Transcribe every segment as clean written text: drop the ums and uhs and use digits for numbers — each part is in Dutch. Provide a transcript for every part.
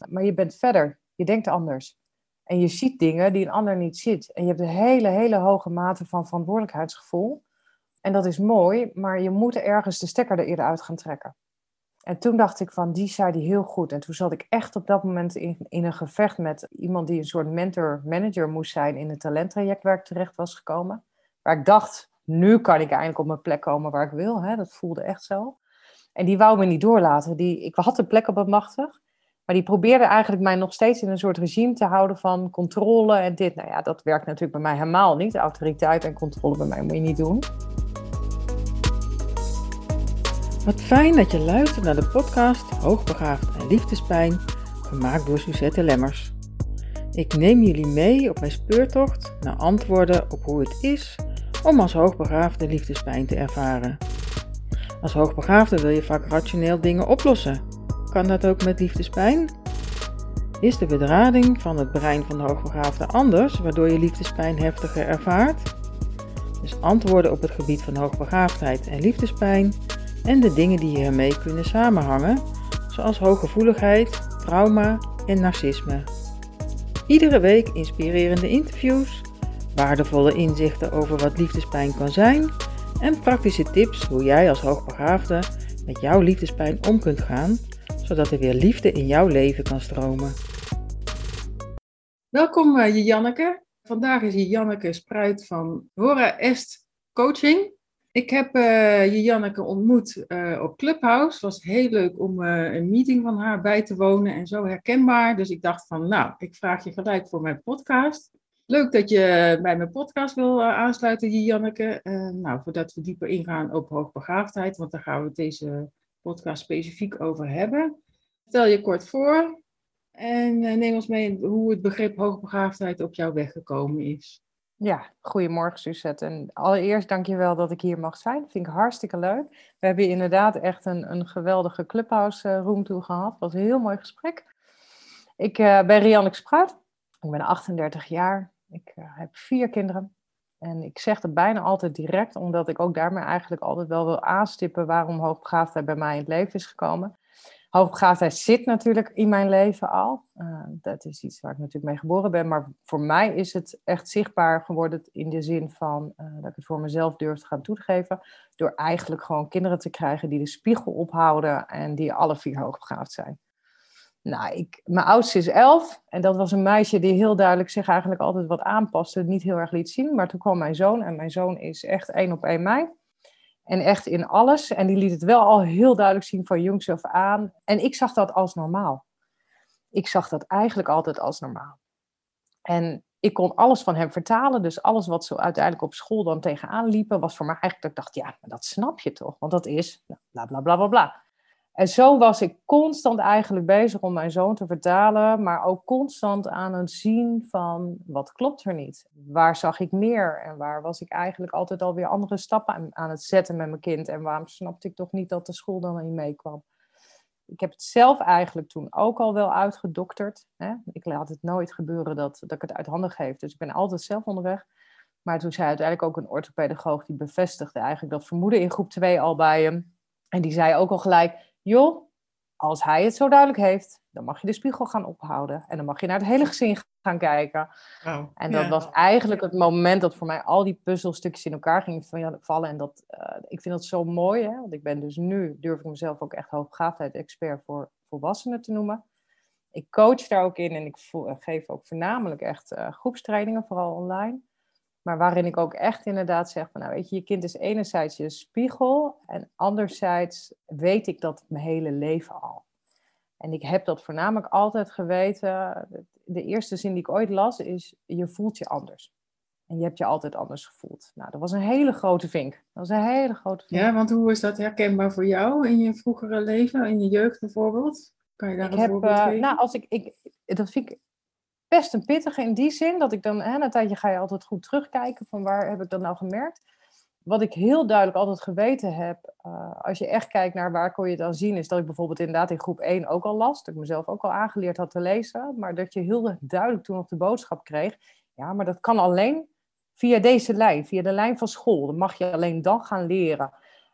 Maar je bent verder. Je denkt anders. En je ziet dingen die een ander niet ziet. En je hebt een hele, hele hoge mate van verantwoordelijkheidsgevoel. En dat is mooi, maar je moet ergens de stekker er eerder uit gaan trekken. En toen dacht ik van, die zei die heel goed. En toen zat ik echt op dat moment in een gevecht met iemand die een soort mentor-manager moest zijn in het talenttraject waar ik terecht was gekomen. Waar ik dacht, nu kan ik eindelijk op mijn plek komen waar ik wil. Hè? Dat voelde echt zo. En die wou me niet doorlaten. Ik had een plek op het machtig. Maar die probeerde eigenlijk mij nog steeds in een soort regime te houden van controle en dit. Nou ja, dat werkt natuurlijk bij mij helemaal niet. Autoriteit en controle bij mij moet je niet doen. Wat fijn dat je luistert naar de podcast Hoogbegaafd en Liefdespijn, gemaakt door Suzette Lemmers. Ik neem jullie mee op mijn speurtocht naar antwoorden op hoe het is om als hoogbegaafde liefdespijn te ervaren. Als hoogbegaafde wil je vaak rationeel dingen oplossen. Kan dat ook met liefdespijn? Is de bedrading van het brein van de hoogbegaafde anders, waardoor je liefdespijn heftiger ervaart? Dus antwoorden op het gebied van hoogbegaafdheid en liefdespijn en de dingen die hiermee kunnen samenhangen, zoals hooggevoeligheid, trauma en narcisme. Iedere week inspirerende interviews, waardevolle inzichten over wat liefdespijn kan zijn en praktische tips hoe jij als hoogbegaafde met jouw liefdespijn om kunt gaan, zodat er weer liefde in jouw leven kan stromen. Welkom Janneke. Vandaag is Janneke Spruit van Hora Est Coaching. Ik heb Janneke ontmoet op Clubhouse. Het was heel leuk om een meeting van haar bij te wonen en zo herkenbaar. Dus ik dacht van, nou, ik vraag je gelijk voor mijn podcast. Leuk dat je bij mijn podcast wil aansluiten, Janneke. Nou, voordat we dieper ingaan op hoogbegaafdheid, want daar gaan we het deze podcast specifiek over hebben. Stel je kort voor en neem ons mee in hoe het begrip hoogbegaafdheid op jouw weg gekomen is. Ja, goedemorgen Suzette. En allereerst dankjewel dat ik hier mag zijn. Dat vind ik hartstikke leuk. We hebben inderdaad echt een geweldige Clubhouse room toe gehad. Het was een heel mooi gesprek. Ik ben Rianneke Spruit. Ik ben 38 jaar. Ik heb 4 kinderen. En ik zeg het bijna altijd direct, omdat ik ook daarmee eigenlijk altijd wel wil aanstippen waarom hoogbegaafdheid bij mij in het leven is gekomen. Hoogbegaafdheid zit natuurlijk in mijn leven al. Dat is iets waar ik natuurlijk mee geboren ben. Maar voor mij is het echt zichtbaar geworden in de zin van dat ik het voor mezelf durf te gaan toegeven. Door eigenlijk gewoon kinderen te krijgen die de spiegel ophouden en die alle 4 hoogbegaafd zijn. Nou, mijn oudste is 11 en dat was een meisje die heel duidelijk zich eigenlijk altijd wat aanpaste. Niet heel erg liet zien, maar toen kwam mijn zoon en mijn zoon is echt 1 op 1 mij. En echt in alles. En die liet het wel al heel duidelijk zien van jongs af aan. En ik zag dat als normaal. Ik zag dat eigenlijk altijd als normaal. En ik kon alles van hem vertalen. Dus alles wat ze uiteindelijk op school dan tegenaan liepen, was voor mij eigenlijk dat ik dacht, ja, maar dat snap je toch? Want dat is bla bla bla bla bla. En zo was ik constant eigenlijk bezig om mijn zoon te vertalen, maar ook constant aan het zien van wat klopt er niet. Waar zag ik meer en waar was ik eigenlijk altijd alweer andere stappen aan het zetten met mijn kind en waarom snapte ik toch niet dat de school dan niet meekwam. Ik heb het zelf eigenlijk toen ook al wel uitgedokterd. Hè? Ik laat het nooit gebeuren dat ik het uit handen geef, dus ik ben altijd zelf onderweg. Maar toen zei uiteindelijk ook een orthopedagoog die bevestigde eigenlijk dat vermoeden in groep 2 al bij hem. En die zei ook al gelijk, joh, als hij het zo duidelijk heeft, dan mag je de spiegel gaan ophouden. En dan mag je naar het hele gezin gaan kijken. Wow. En dat was eigenlijk het moment dat voor mij al die puzzelstukjes in elkaar gingen vallen. En ik vind dat zo mooi, hè? Want ik ben dus nu, durf ik mezelf ook echt hoogbegaafdheid-expert voor volwassenen te noemen. Ik coach daar ook in en ik geef ook voornamelijk echt groepstrainingen, vooral online. Maar waarin ik ook echt inderdaad zeg van, nou weet je kind is enerzijds je spiegel en anderzijds weet ik dat mijn hele leven al. En ik heb dat voornamelijk altijd geweten. De eerste zin die ik ooit las is, je voelt je anders. En je hebt je altijd anders gevoeld. Nou, dat was een hele grote vink. Dat was een hele grote vink. Ja, want hoe is dat herkenbaar voor jou in je vroegere leven, in je jeugd bijvoorbeeld? Kan je daar een voorbeeld geven? Nou, dat vind ik best een pittige in die zin, dat ik dan, na een tijdje ga je altijd goed terugkijken van waar heb ik dat nou gemerkt. Wat ik heel duidelijk altijd geweten heb, als je echt kijkt naar waar kon je het dan zien, is dat ik bijvoorbeeld inderdaad in groep 1 ook al las, dat ik mezelf ook al aangeleerd had te lezen, maar dat je heel duidelijk toen op de boodschap kreeg, ja, maar dat kan alleen via deze lijn, via de lijn van school. Dan mag je alleen dan gaan leren.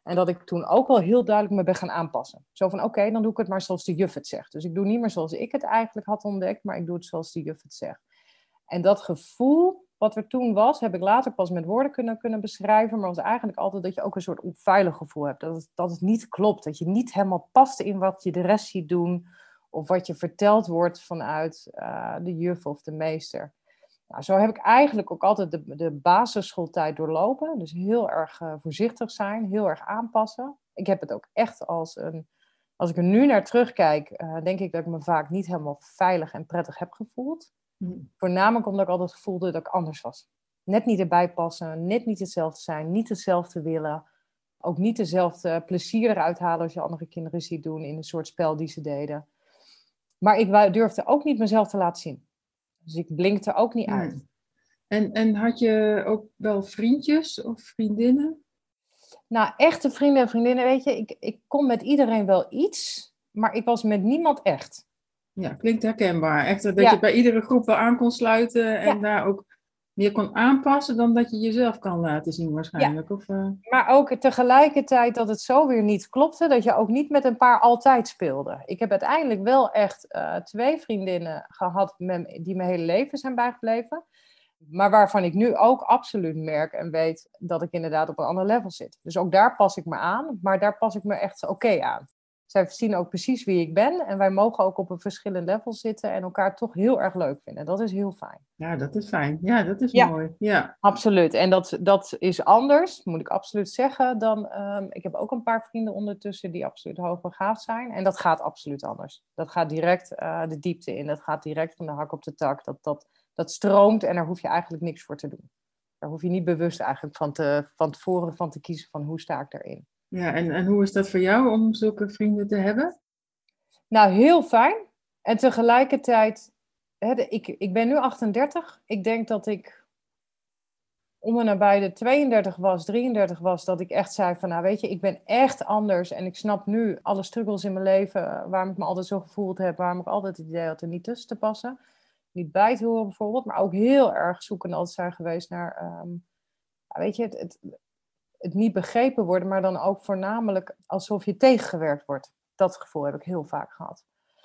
En dat ik toen ook wel heel duidelijk me ben gaan aanpassen. Zo van, oké, dan doe ik het maar zoals de juf het zegt. Dus ik doe niet meer zoals ik het eigenlijk had ontdekt, maar ik doe het zoals de juf het zegt. En dat gevoel wat er toen was, heb ik later pas met woorden kunnen beschrijven. Maar was eigenlijk altijd dat je ook een soort onveilig gevoel hebt. Dat het niet klopt. Dat je niet helemaal past in wat je de rest ziet doen. Of wat je verteld wordt vanuit de juf of de meester. Nou, zo heb ik eigenlijk ook altijd de basisschooltijd doorlopen. Dus heel erg voorzichtig zijn, heel erg aanpassen. Ik heb het ook echt als ik er nu naar terugkijk, denk ik dat ik me vaak niet helemaal veilig en prettig heb gevoeld. Voornamelijk omdat ik altijd voelde dat ik anders was. Net niet erbij passen, net niet hetzelfde zijn, niet hetzelfde willen. Ook niet dezelfde plezier eruit halen als je andere kinderen ziet doen in een soort spel die ze deden. Maar ik durfde ook niet mezelf te laten zien. Dus ik blinkte ook niet uit. En had je ook wel vriendjes of vriendinnen? Nou, echte vrienden en vriendinnen, weet je, ik kon met iedereen wel iets, maar ik was met niemand echt. Ja, klinkt herkenbaar. Echt dat je bij iedere groep wel aan kon sluiten en daar ook meer kon aanpassen dan dat je jezelf kan laten zien waarschijnlijk. Ja. Of, Maar ook tegelijkertijd dat het zo weer niet klopte, dat je ook niet met een paar altijd speelde. Ik heb uiteindelijk wel echt 2 vriendinnen gehad die mijn hele leven zijn bijgebleven. Maar waarvan ik nu ook absoluut merk en weet dat ik inderdaad op een ander level zit. Dus ook daar pas ik me aan, maar daar pas ik me echt oké aan. Zij zien ook precies wie ik ben en wij mogen ook op een verschillend level zitten en elkaar toch heel erg leuk vinden. Dat is heel fijn. Ja, dat is fijn. Ja, dat is mooi. Ja, absoluut. En dat is anders, moet ik absoluut zeggen, dan... ik heb ook een paar vrienden ondertussen die absoluut hoogbegaafd zijn. En dat gaat absoluut anders. Dat gaat direct de diepte in. Dat gaat direct van de hak op de tak. Dat stroomt en daar hoef je eigenlijk niks voor te doen. Daar hoef je niet bewust eigenlijk van tevoren van te kiezen van hoe sta ik erin. Ja, en hoe is dat voor jou om zulke vrienden te hebben? Nou, heel fijn. En tegelijkertijd, ik ben nu 38. Ik denk dat ik om en nabij de 32 was, 33 was, dat ik echt zei van, nou weet je, ik ben echt anders. En ik snap nu alle struggles in mijn leven, waarom ik me altijd zo gevoeld heb, waarom ik altijd het idee had er niet tussen te passen. Niet bij te horen bijvoorbeeld, maar ook heel erg zoekend altijd zijn geweest naar, weet je, het niet begrepen worden, maar dan ook voornamelijk alsof je tegengewerkt wordt. Dat gevoel heb ik heel vaak gehad.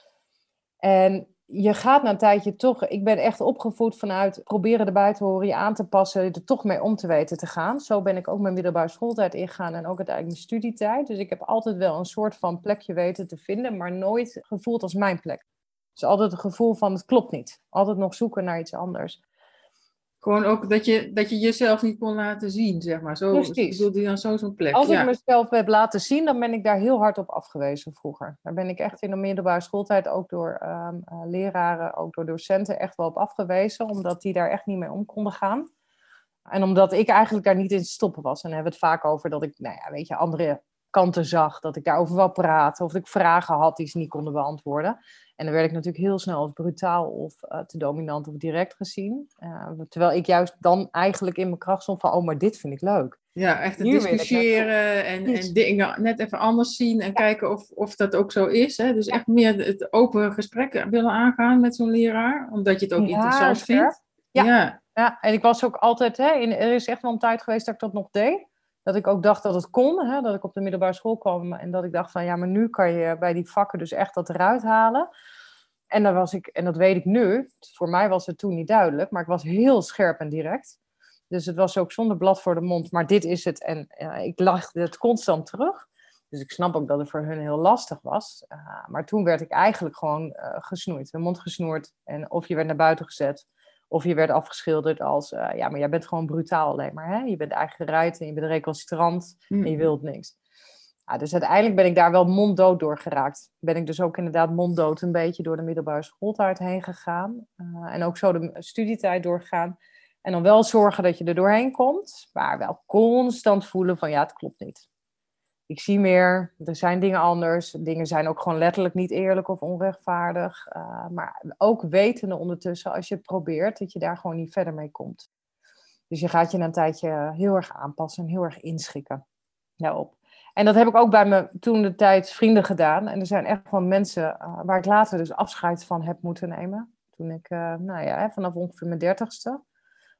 En je gaat na een tijdje toch, ik ben echt opgevoed vanuit proberen erbij te horen, je aan te passen, er toch mee om te weten te gaan. Zo ben ik ook mijn middelbare schooltijd ingegaan en ook uiteindelijk mijn studietijd. Dus ik heb altijd wel een soort van plekje weten te vinden, maar nooit gevoeld als mijn plek. Dus altijd het gevoel van het klopt niet. Altijd nog zoeken naar iets anders. Gewoon ook dat je jezelf niet kon laten zien, zeg maar. Zo bedoelde je dan zo'n plek. Als ik mezelf heb laten zien, dan ben ik daar heel hard op afgewezen vroeger. Daar ben ik echt in de middelbare schooltijd ook door leraren, ook door docenten echt wel op afgewezen. Omdat die daar echt niet mee om konden gaan. En omdat ik eigenlijk daar niet in te stoppen was. En dan hebben we het vaak over dat ik, andere kanten zag. Dat ik daarover wou praten. Of dat ik vragen had die ze niet konden beantwoorden. En dan werd ik natuurlijk heel snel als brutaal of te dominant of direct gezien. Terwijl ik juist dan eigenlijk in mijn kracht stond van, maar dit vind ik leuk. Ja, echt het discussiëren en dingen net even anders zien en kijken of dat ook zo is. Hè? Dus echt meer het open gesprek willen aangaan met zo'n leraar, omdat je het ook interessant vindt. Ja, en ik was ook altijd, er is echt wel een tijd geweest dat ik dat nog deed. Dat ik ook dacht dat het kon, dat ik op de middelbare school kwam en dat ik dacht van, maar nu kan je bij die vakken dus echt dat eruit halen. En dat weet ik nu, voor mij was het toen niet duidelijk, maar ik was heel scherp en direct. Dus het was ook zonder blad voor de mond, maar dit is het. En ik lachte het constant terug. Dus ik snap ook dat het voor hun heel lastig was. Maar toen werd ik eigenlijk gewoon gesnoeid, mijn mond gesnoerd. En of je werd naar buiten gezet, of je werd afgeschilderd als, maar jij bent gewoon brutaal alleen maar. Hè? Je bent eigenrijd en je bent recalcitrant en je wilt niks. Dus uiteindelijk ben ik daar wel monddood door geraakt. Ben ik dus ook inderdaad monddood een beetje door de middelbare schooltijd heen gegaan. En ook zo de studietijd doorgegaan. En dan wel zorgen dat je er doorheen komt. Maar wel constant voelen van het klopt niet. Ik zie meer, er zijn dingen anders. Dingen zijn ook gewoon letterlijk niet eerlijk of onrechtvaardig. Maar ook wetende ondertussen, als je het probeert, dat je daar gewoon niet verder mee komt. Dus je gaat je na een tijdje heel erg aanpassen en heel erg inschikken daarop. En dat heb ik ook bij me toen de tijd vrienden gedaan. En er zijn echt gewoon mensen waar ik later dus afscheid van heb moeten nemen. Toen ik, vanaf ongeveer mijn 30ste.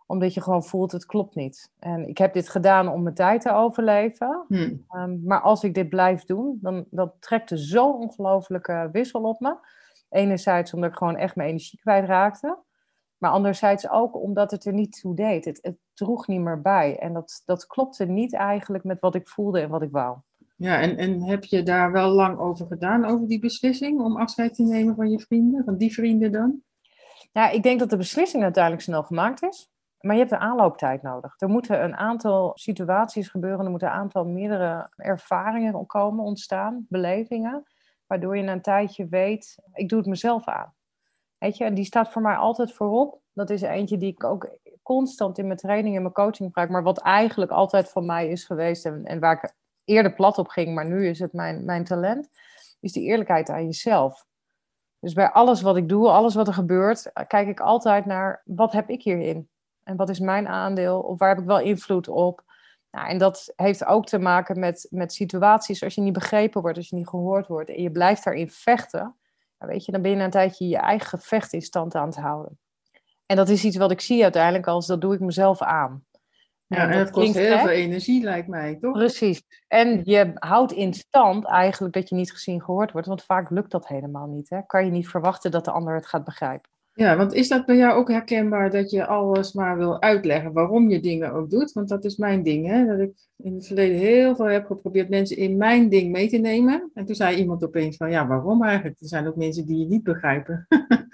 Omdat je gewoon voelt, het klopt niet. En ik heb dit gedaan om mijn tijd te overleven. Maar als ik dit blijf doen, dan trekt er zo'n ongelofelijke wissel op me. Enerzijds omdat ik gewoon echt mijn energie kwijtraakte. Maar anderzijds ook omdat het er niet toe deed. Het droeg niet meer bij. En dat klopte niet eigenlijk met wat ik voelde en wat ik wou. Ja, en heb je daar wel lang over gedaan, over die beslissing om afscheid te nemen van je vrienden? Van die vrienden dan? Ja, ik denk dat de beslissing uiteindelijk snel gemaakt is. Maar je hebt een aanlooptijd nodig. Er moeten een aantal situaties gebeuren. Er moeten een aantal meerdere ervaringen ontstaan, belevingen. Waardoor je na een tijdje weet, ik doe het mezelf aan. Weet je, en die staat voor mij altijd voorop. Dat is eentje die ik ook constant in mijn training en mijn coaching gebruik. Maar wat eigenlijk altijd van mij is geweest. En waar ik eerder plat op ging, maar nu is het mijn talent. Is die eerlijkheid aan jezelf. Dus bij alles wat ik doe, alles wat er gebeurt, kijk ik altijd naar wat heb ik hierin? En wat is mijn aandeel? Of waar heb ik wel invloed op? Nou, en dat heeft ook te maken met situaties als je niet begrepen wordt, als je niet gehoord wordt. En je blijft daarin vechten. Nou, weet je, dan ben je na een tijdje je eigen gevecht in stand aan het houden. En dat is iets wat ik zie uiteindelijk als, dat doe ik mezelf aan. Ja, en dat kost heel veel energie, lijkt mij, toch? Precies. En je houdt in stand eigenlijk dat je niet gezien gehoord wordt. Want vaak lukt dat helemaal niet. Hè? Kan je niet verwachten dat de ander het gaat begrijpen. Ja, want is dat bij jou ook herkenbaar dat je alles maar wil uitleggen waarom je dingen ook doet? Want dat is mijn ding, hè? Dat ik in het verleden heel veel heb geprobeerd mensen in mijn ding mee te nemen. En toen zei iemand opeens van, ja, waarom eigenlijk? Er zijn ook mensen die je niet begrijpen.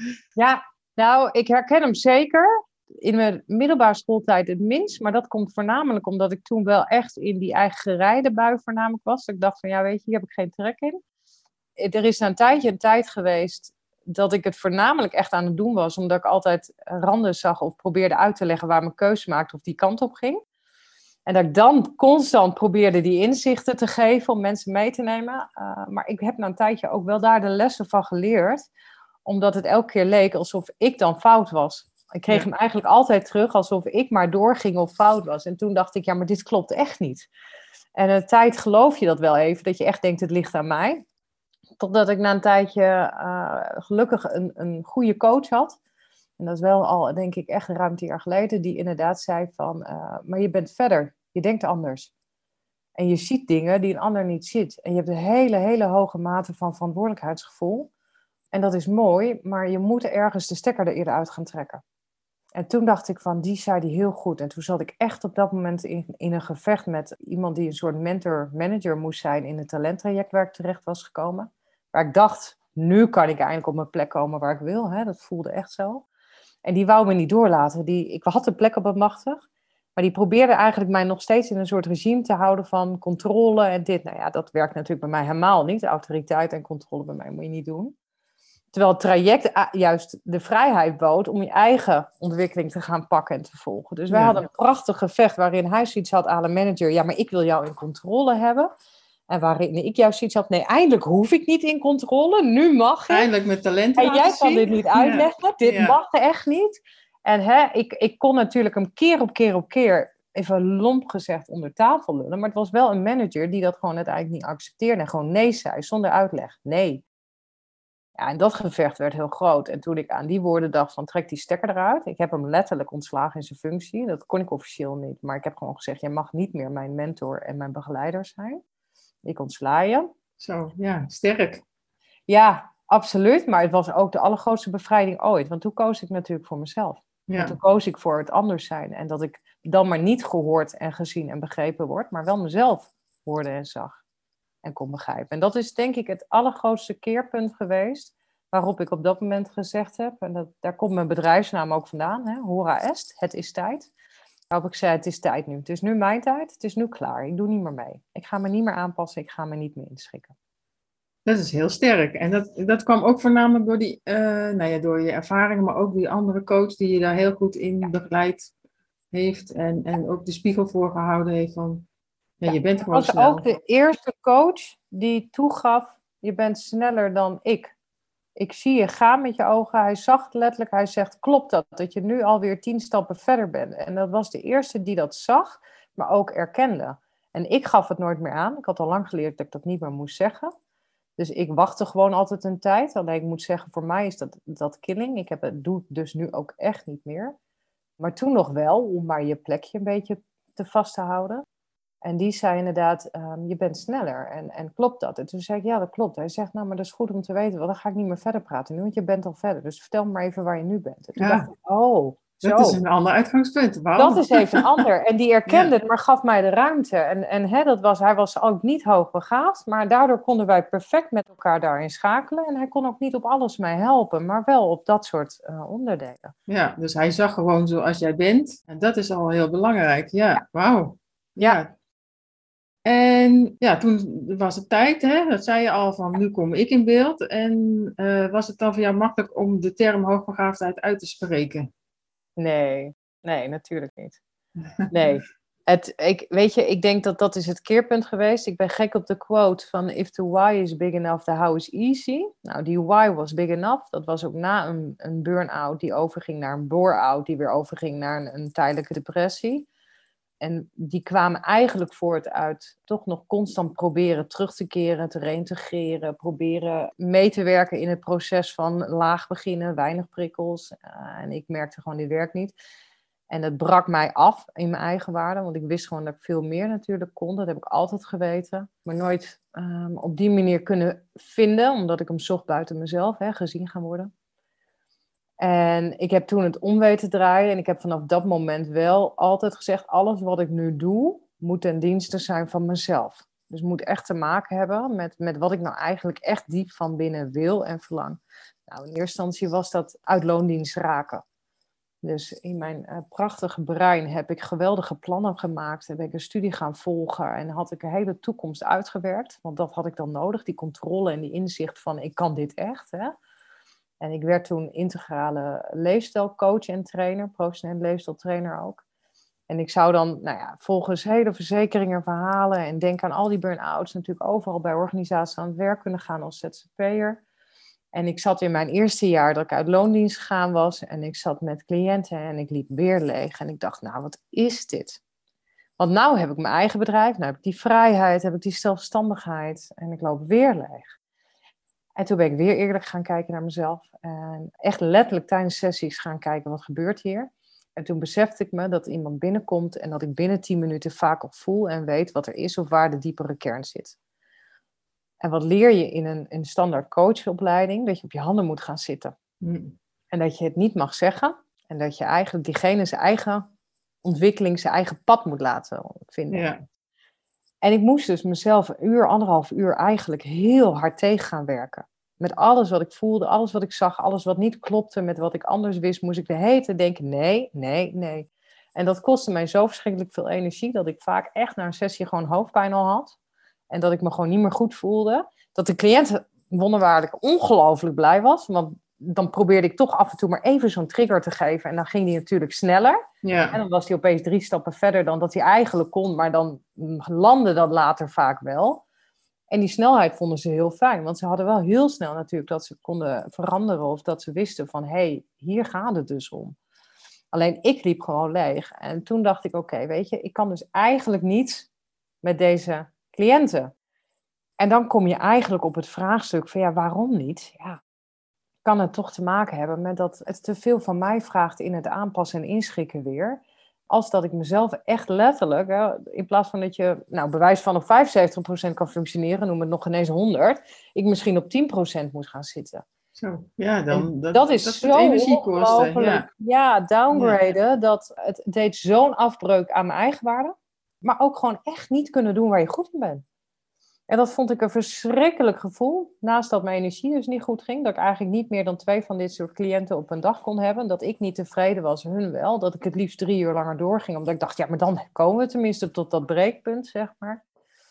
Ja, nou, ik herken hem zeker. In mijn middelbare schooltijd het minst. Maar dat komt voornamelijk omdat ik toen wel echt in die eigen gereidebui voornamelijk was. Dat ik dacht van, ja, weet je, hier heb ik geen trek in. Er is na een tijdje een tijd geweest dat ik het voornamelijk echt aan het doen was. Omdat ik altijd randen zag of probeerde uit te leggen waar mijn keuze maakte of die kant op ging. En dat ik dan constant probeerde die inzichten te geven om mensen mee te nemen. Maar ik heb na een tijdje ook wel daar de lessen van geleerd. Omdat het elke keer leek alsof ik dan fout was. Ik kreeg hem eigenlijk altijd terug alsof ik maar doorging of fout was. En toen dacht ik, ja, maar dit klopt echt niet. En een tijd geloof je dat wel even, dat je echt denkt, het ligt aan mij. Totdat ik na een tijdje gelukkig een goede coach had. En dat is wel al, denk ik, echt ruim 10 jaar geleden. Die inderdaad zei van, maar je bent verder. Je denkt anders. En je ziet dingen die een ander niet ziet. En je hebt een hele, hele hoge mate van verantwoordelijkheidsgevoel. En dat is mooi, maar je moet ergens de stekker er eerder uit gaan trekken. En toen dacht ik van, die zei die heel goed. En toen zat ik echt op dat moment in een gevecht met iemand die een soort mentor-manager moest zijn in het talenttraject waar ik terecht was gekomen. Waar ik dacht, nu kan ik eindelijk op mijn plek komen waar ik wil. Hè? Dat voelde echt zo. En die wou me niet doorlaten. Ik had een plek op het machtig. Maar die probeerde eigenlijk mij nog steeds in een soort regime te houden van controle en dit. Nou ja, dat werkt natuurlijk bij mij helemaal niet. Autoriteit en controle bij mij moet je niet doen. Terwijl het traject juist de vrijheid bood om je eigen ontwikkeling te gaan pakken en te volgen. Dus wij hadden een prachtig gevecht waarin hij zoiets had aan de manager. Ja, maar ik wil jou in controle hebben. En waarin ik juist zoiets had. Nee, eindelijk hoef ik niet in controle. Nu mag ik. Eindelijk met talenten en jij kan dit niet uitleggen. Ja. Dit mag echt niet. En ik kon natuurlijk hem keer op keer, even lomp gezegd, onder tafel lullen. Maar het was wel een manager die dat gewoon uiteindelijk niet accepteerde. En gewoon nee zei, zonder uitleg. Nee. Ja, en dat gevecht werd heel groot. En toen ik aan die woorden dacht van trek die stekker eruit. Ik heb hem letterlijk ontslagen in zijn functie. Dat kon ik officieel niet. Maar ik heb gewoon gezegd, jij mag niet meer mijn mentor en mijn begeleider zijn. Ik ontsla je. Zo, ja, sterk. Ja, absoluut. Maar het was ook de allergrootste bevrijding ooit. Want toen koos ik natuurlijk voor mezelf. Ja. En toen koos ik voor het anders zijn. En dat ik dan maar niet gehoord en gezien en begrepen word. Maar wel mezelf hoorde en zag. En kon begrijpen. En dat is denk ik het allergrootste keerpunt geweest. Waarop ik op dat moment gezegd heb. En daar komt mijn bedrijfsnaam ook vandaan. Hè, Hora Est. Het is tijd. Waarop ik zei, het is tijd nu. Het is nu mijn tijd. Het is nu klaar. Ik doe niet meer mee. Ik ga me niet meer aanpassen. Ik ga me niet meer inschikken. Dat is heel sterk. En dat kwam ook voornamelijk door door je ervaringen. Maar ook die andere coach die je daar heel goed in begeleid heeft. En ook de spiegel voorgehouden heeft van... Ja, je bent gewoon snel. Was ook de eerste coach die toegaf, je bent sneller dan ik. Ik zie je gaan met je ogen. Hij zag letterlijk, hij zegt, klopt dat je nu alweer 10 stappen verder bent. En dat was de eerste die dat zag, maar ook erkende. En ik gaf het nooit meer aan. Ik had al lang geleerd dat ik dat niet meer moest zeggen. Dus ik wachtte gewoon altijd een tijd. Alleen ik moet zeggen, voor mij is dat killing. Doe het dus nu ook echt niet meer. Maar toen nog wel, om maar je plekje een beetje te vast te houden. En die zei inderdaad, je bent sneller. En klopt dat? En toen zei ik, ja, dat klopt. Hij zegt, nou, maar dat is goed om te weten, want dan ga ik niet meer verder praten nu, want je bent al verder. Dus vertel me maar even waar je nu bent. En toen dacht ik, oh, dat zo. is een ander uitgangspunt. Wow. Dat is even ander. En die erkende het, maar gaf mij de ruimte. En hij was ook niet hoogbegaafd, maar daardoor konden wij perfect met elkaar daarin schakelen. En hij kon ook niet op alles mij helpen, maar wel op dat soort onderdelen. Ja, dus hij zag gewoon zoals jij bent. En dat is al heel belangrijk. Ja, wauw. Ja. En ja, toen was het tijd, hè? Dat zei je al van, nu kom ik in beeld. En was het dan voor jou makkelijk om de term hoogbegaafdheid uit te spreken? Nee, natuurlijk niet. Nee. Ik denk dat dat is het keerpunt geweest. Ik ben gek op de quote van if the why is big enough, the how is easy. Nou, die why was big enough. Dat was ook na een burn-out die overging naar een bore-out, die weer overging naar een tijdelijke depressie. En die kwamen eigenlijk voort uit toch nog constant proberen terug te keren, te reintegreren, proberen mee te werken in het proces van laag beginnen, weinig prikkels. En ik merkte gewoon, dit werkt niet. En dat brak mij af in mijn eigen waarde, want ik wist gewoon dat ik veel meer natuurlijk kon. Dat heb ik altijd geweten, maar nooit op die manier kunnen vinden, omdat ik hem zocht buiten mezelf, gezien gaan worden. En ik heb toen het om weten draaien en ik heb vanaf dat moment wel altijd gezegd, alles wat ik nu doe, moet ten dienste zijn van mezelf. Dus het moet echt te maken hebben met wat ik nou eigenlijk echt diep van binnen wil en verlang. Nou, in eerste instantie was dat uit loondienst raken. Dus in mijn prachtige brein heb ik geweldige plannen gemaakt. Heb ik een studie gaan volgen en had ik een hele toekomst uitgewerkt. Want dat had ik dan nodig, die controle en die inzicht van ik kan dit echt. Hè? En ik werd toen integrale leefstijlcoach en trainer, professioneel leefstijltrainer ook. En ik zou dan volgens hele verzekeringen, verhalen en denk aan al die burn-outs natuurlijk overal bij organisaties aan het werk kunnen gaan als ZZP'er. En ik zat in mijn eerste jaar dat ik uit loondienst gegaan was. En ik zat met cliënten en ik liep weer leeg. En ik dacht, nou, wat is dit? Want nou heb ik mijn eigen bedrijf. Nou heb ik die vrijheid, heb ik die zelfstandigheid. En ik loop weer leeg. En toen ben ik weer eerlijk gaan kijken naar mezelf. En echt letterlijk tijdens sessies gaan kijken, wat gebeurt hier? En toen besefte ik me dat iemand binnenkomt. En dat ik binnen 10 minuten vaak al voel en weet wat er is of waar de diepere kern zit. En wat leer je in een standaard coachopleiding? Dat je op je handen moet gaan zitten. En dat je het niet mag zeggen. En dat je eigenlijk diegene zijn eigen ontwikkeling, zijn eigen pad moet laten vinden. Ja. En ik moest dus mezelf 1 uur, 1,5 uur eigenlijk heel hard tegen gaan werken. Met alles wat ik voelde, alles wat ik zag, alles wat niet klopte met wat ik anders wist, moest ik de hele tijd denken, nee. En dat kostte mij zo verschrikkelijk veel energie, dat ik vaak echt na een sessie gewoon hoofdpijn al had. En dat ik me gewoon niet meer goed voelde. Dat de cliënt wonderbaarlijk ongelooflijk blij was. Want dan probeerde ik toch af en toe maar even zo'n trigger te geven. En dan ging die natuurlijk sneller. Ja. En dan was hij opeens 3 stappen verder dan dat hij eigenlijk kon. Maar dan landde dat later vaak wel. En die snelheid vonden ze heel fijn. Want ze hadden wel heel snel natuurlijk dat ze konden veranderen. Of dat ze wisten van, hé, hier gaat het dus om. Alleen ik liep gewoon leeg. En toen dacht ik, oké, weet je, ik kan dus eigenlijk niet met deze cliënten. En dan kom je eigenlijk op het vraagstuk van ja, waarom niet? Ja, kan het toch te maken hebben met dat het te veel van mij vraagt in het aanpassen en inschikken weer. Als dat ik mezelf echt letterlijk, in plaats van dat je bewijs van op 75% kan functioneren, noem het nog ineens 100, ik misschien op 10% moet gaan zitten. Zo, ja, dan dat is zo ongelooflijk. Ja, downgraden, ja. Dat het deed zo'n afbreuk aan mijn eigen waarde. Maar ook gewoon echt niet kunnen doen waar je goed in bent. En dat vond ik een verschrikkelijk gevoel. Naast dat mijn energie dus niet goed ging. Dat ik eigenlijk niet meer dan 2 van dit soort cliënten op een dag kon hebben. Dat ik niet tevreden was, hun wel. Dat ik het liefst 3 uur langer doorging. Omdat ik dacht, ja, maar dan komen we tenminste tot dat breekpunt, zeg maar.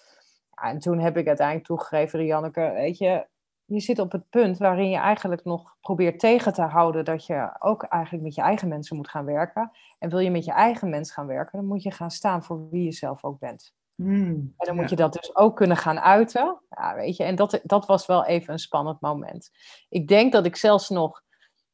Ja, en toen heb ik uiteindelijk toegegeven, Rianneke, weet je, je zit op het punt waarin je eigenlijk nog probeert tegen te houden dat je ook eigenlijk met je eigen mensen moet gaan werken. En wil je met je eigen mens gaan werken, dan moet je gaan staan voor wie je zelf ook bent. En dan moet je dat dus ook kunnen gaan uiten. Ja, weet je, en dat was wel even een spannend moment. Ik denk dat ik zelfs nog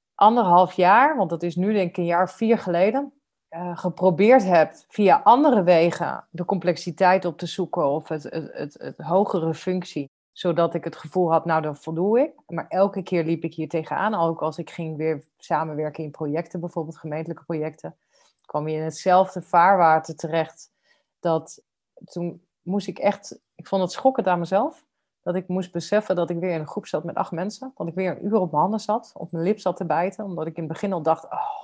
1,5 jaar, want dat is nu denk ik 1 jaar of 4 geleden, geprobeerd heb via andere wegen de complexiteit op te zoeken of het hogere functie. Zodat ik het gevoel had, nou dan voldoe ik. Maar elke keer liep ik hier tegenaan. Ook als ik ging weer samenwerken in projecten, bijvoorbeeld gemeentelijke projecten. kwam je in hetzelfde vaarwater terecht. Dat toen moest ik echt... Ik vond het schokkend aan mezelf. Dat ik moest beseffen dat ik weer in een groep zat met 8 mensen. Dat ik weer een uur op mijn handen zat. Op mijn lip zat te bijten. Omdat ik in het begin al dacht...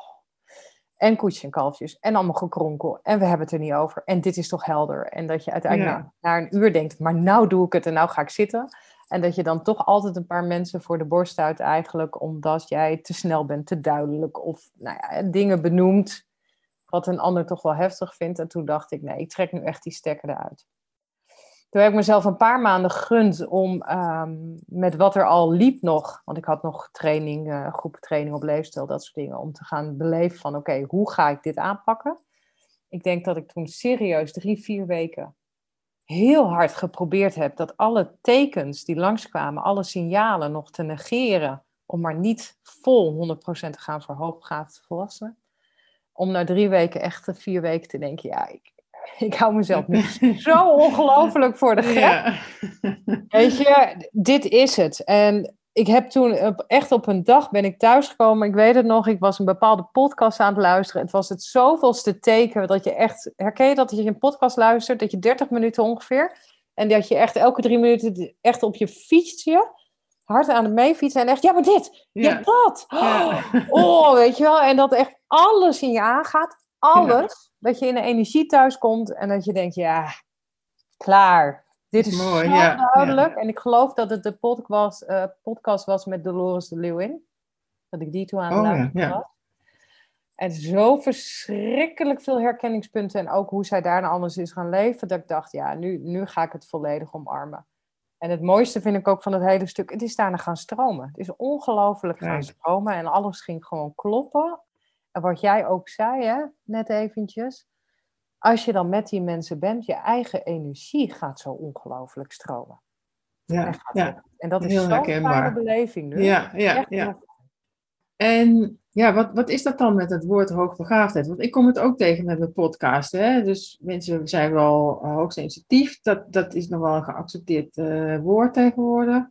en koetjes en kalfjes. En allemaal gekronkel. En we hebben het er niet over. En dit is toch helder. En dat je uiteindelijk na een uur denkt... maar nou doe ik het en nou ga ik zitten. En dat je dan toch altijd een paar mensen voor de borst stuit eigenlijk. Omdat jij te snel bent, te duidelijk. Of dingen benoemt. Wat een ander toch wel heftig vindt. En toen dacht ik, nee, ik trek nu echt die stekker eruit. Toen heb ik mezelf een paar maanden gegund om met wat er al liep nog... want ik had nog groepentraining op leefstijl, dat soort dingen... om te gaan beleven van, oké, hoe ga ik dit aanpakken? Ik denk dat ik toen serieus 3-4 weken heel hard geprobeerd heb... dat alle tekens die langskwamen, alle signalen nog te negeren... om maar niet vol 100% te gaan voor hoogbegaafde volwassenen. Om na 3 weken, echt 4 weken te denken, ik hou mezelf nu zo ongelooflijk voor de gek. Ja. Weet je, dit is het. En ik heb toen echt op een dag ben ik thuisgekomen. Ik weet het nog, ik was een bepaalde podcast aan het luisteren. Het was het zoveelste teken dat je echt... Herken je dat je een podcast luistert, dat je 30 minuten ongeveer... en dat je echt elke 3 minuten echt op je fietsje... hard aan het meefietsen en echt, ja, maar dit, ja, dat. Oh, weet je wel. En dat echt alles in je aangaat. Alles. Ja. Dat je in de energie thuis komt en dat je denkt, ja, klaar. Dit is mooi, zo duidelijk. Ja. En ik geloof dat het de podcast was met Dolores de Leeuwin. Dat ik die toen aan het luisteren was. En zo verschrikkelijk veel herkenningspunten. En ook hoe zij daarna anders is gaan leven. Dat ik dacht, ja, nu ga ik het volledig omarmen. En het mooiste vind ik ook van het hele stuk, het is daarna gaan stromen. Het is ongelooflijk gaan stromen en alles ging gewoon kloppen. En wat jij ook zei, hè, net eventjes. Als je dan met die mensen bent, je eigen energie gaat zo ongelooflijk stromen. En dat is zo'n fijne beleving nu. Ja. En ja, wat is dat dan met het woord hoogbegaafdheid? Want ik kom het ook tegen met mijn podcast. Hè? Dus mensen zijn wel hoogsensitief. Dat is nog wel een geaccepteerd woord tegenwoordig.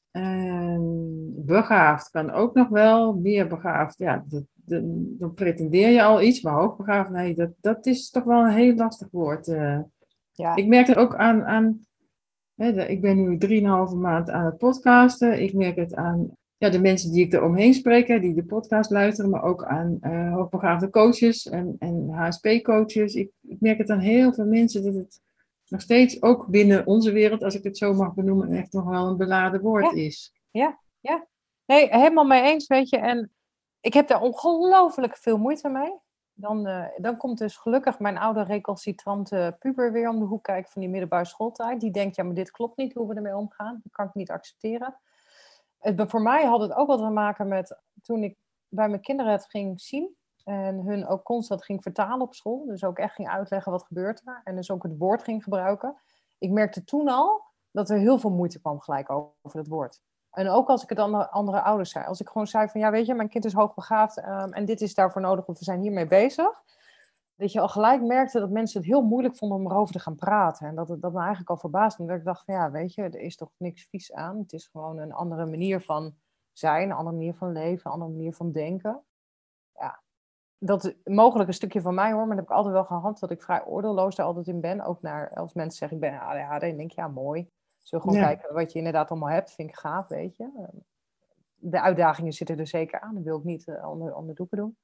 Begaafd kan ook nog wel. Meer begaafd, ja, dan pretendeer je al iets. Maar hoogbegaafd, nee, dat is toch wel een heel lastig woord. Ik merk het ook aan ik ben nu 3,5 maand aan het podcasten. Ik merk het aan de mensen die ik er omheen spreek, die de podcast luisteren, maar ook aan hoogbegaafde coaches en HSP-coaches. Ik merk het aan heel veel mensen dat het nog steeds ook binnen onze wereld, als ik het zo mag benoemen, echt nog wel een beladen woord is. Ja. Nee, helemaal mee eens, weet je. En ik heb daar ongelooflijk veel moeite mee. Dan komt dus gelukkig mijn oude recalcitrante puber weer om de hoek kijken van die middelbare schooltijd. Die denkt, ja, maar dit klopt niet hoe we ermee omgaan. Dat kan ik niet accepteren. Voor mij had het ook wat te maken met toen ik bij mijn kinderen het ging zien. En hun ook constant ging vertalen op school. Dus ook echt ging uitleggen wat gebeurt er. En dus ook het woord ging gebruiken. Ik merkte toen al dat er heel veel moeite kwam gelijk over het woord. En ook als ik het aan andere ouders zei. Als ik gewoon zei van, ja, weet je, mijn kind is hoogbegaafd en dit is daarvoor nodig of we zijn hiermee bezig. Dat je al gelijk merkte dat mensen het heel moeilijk vonden om erover te gaan praten. En dat me eigenlijk al verbaasde. Dat ik dacht van, ja, weet je, er is toch niks vies aan. Het is gewoon een andere manier van zijn, een andere manier van leven, een andere manier van denken. Ja, dat is mogelijk een stukje van mij hoor, maar dat heb ik altijd wel gehad. Dat ik vrij oordeelloos daar altijd in ben. Ook als mensen zeggen, ik ben ADHD, dan denk ik, ja, mooi. Zullen we gewoon kijken wat je inderdaad allemaal hebt. Vind ik gaaf, weet je. De uitdagingen zitten er zeker aan. Dat wil ik niet onder doeken doen.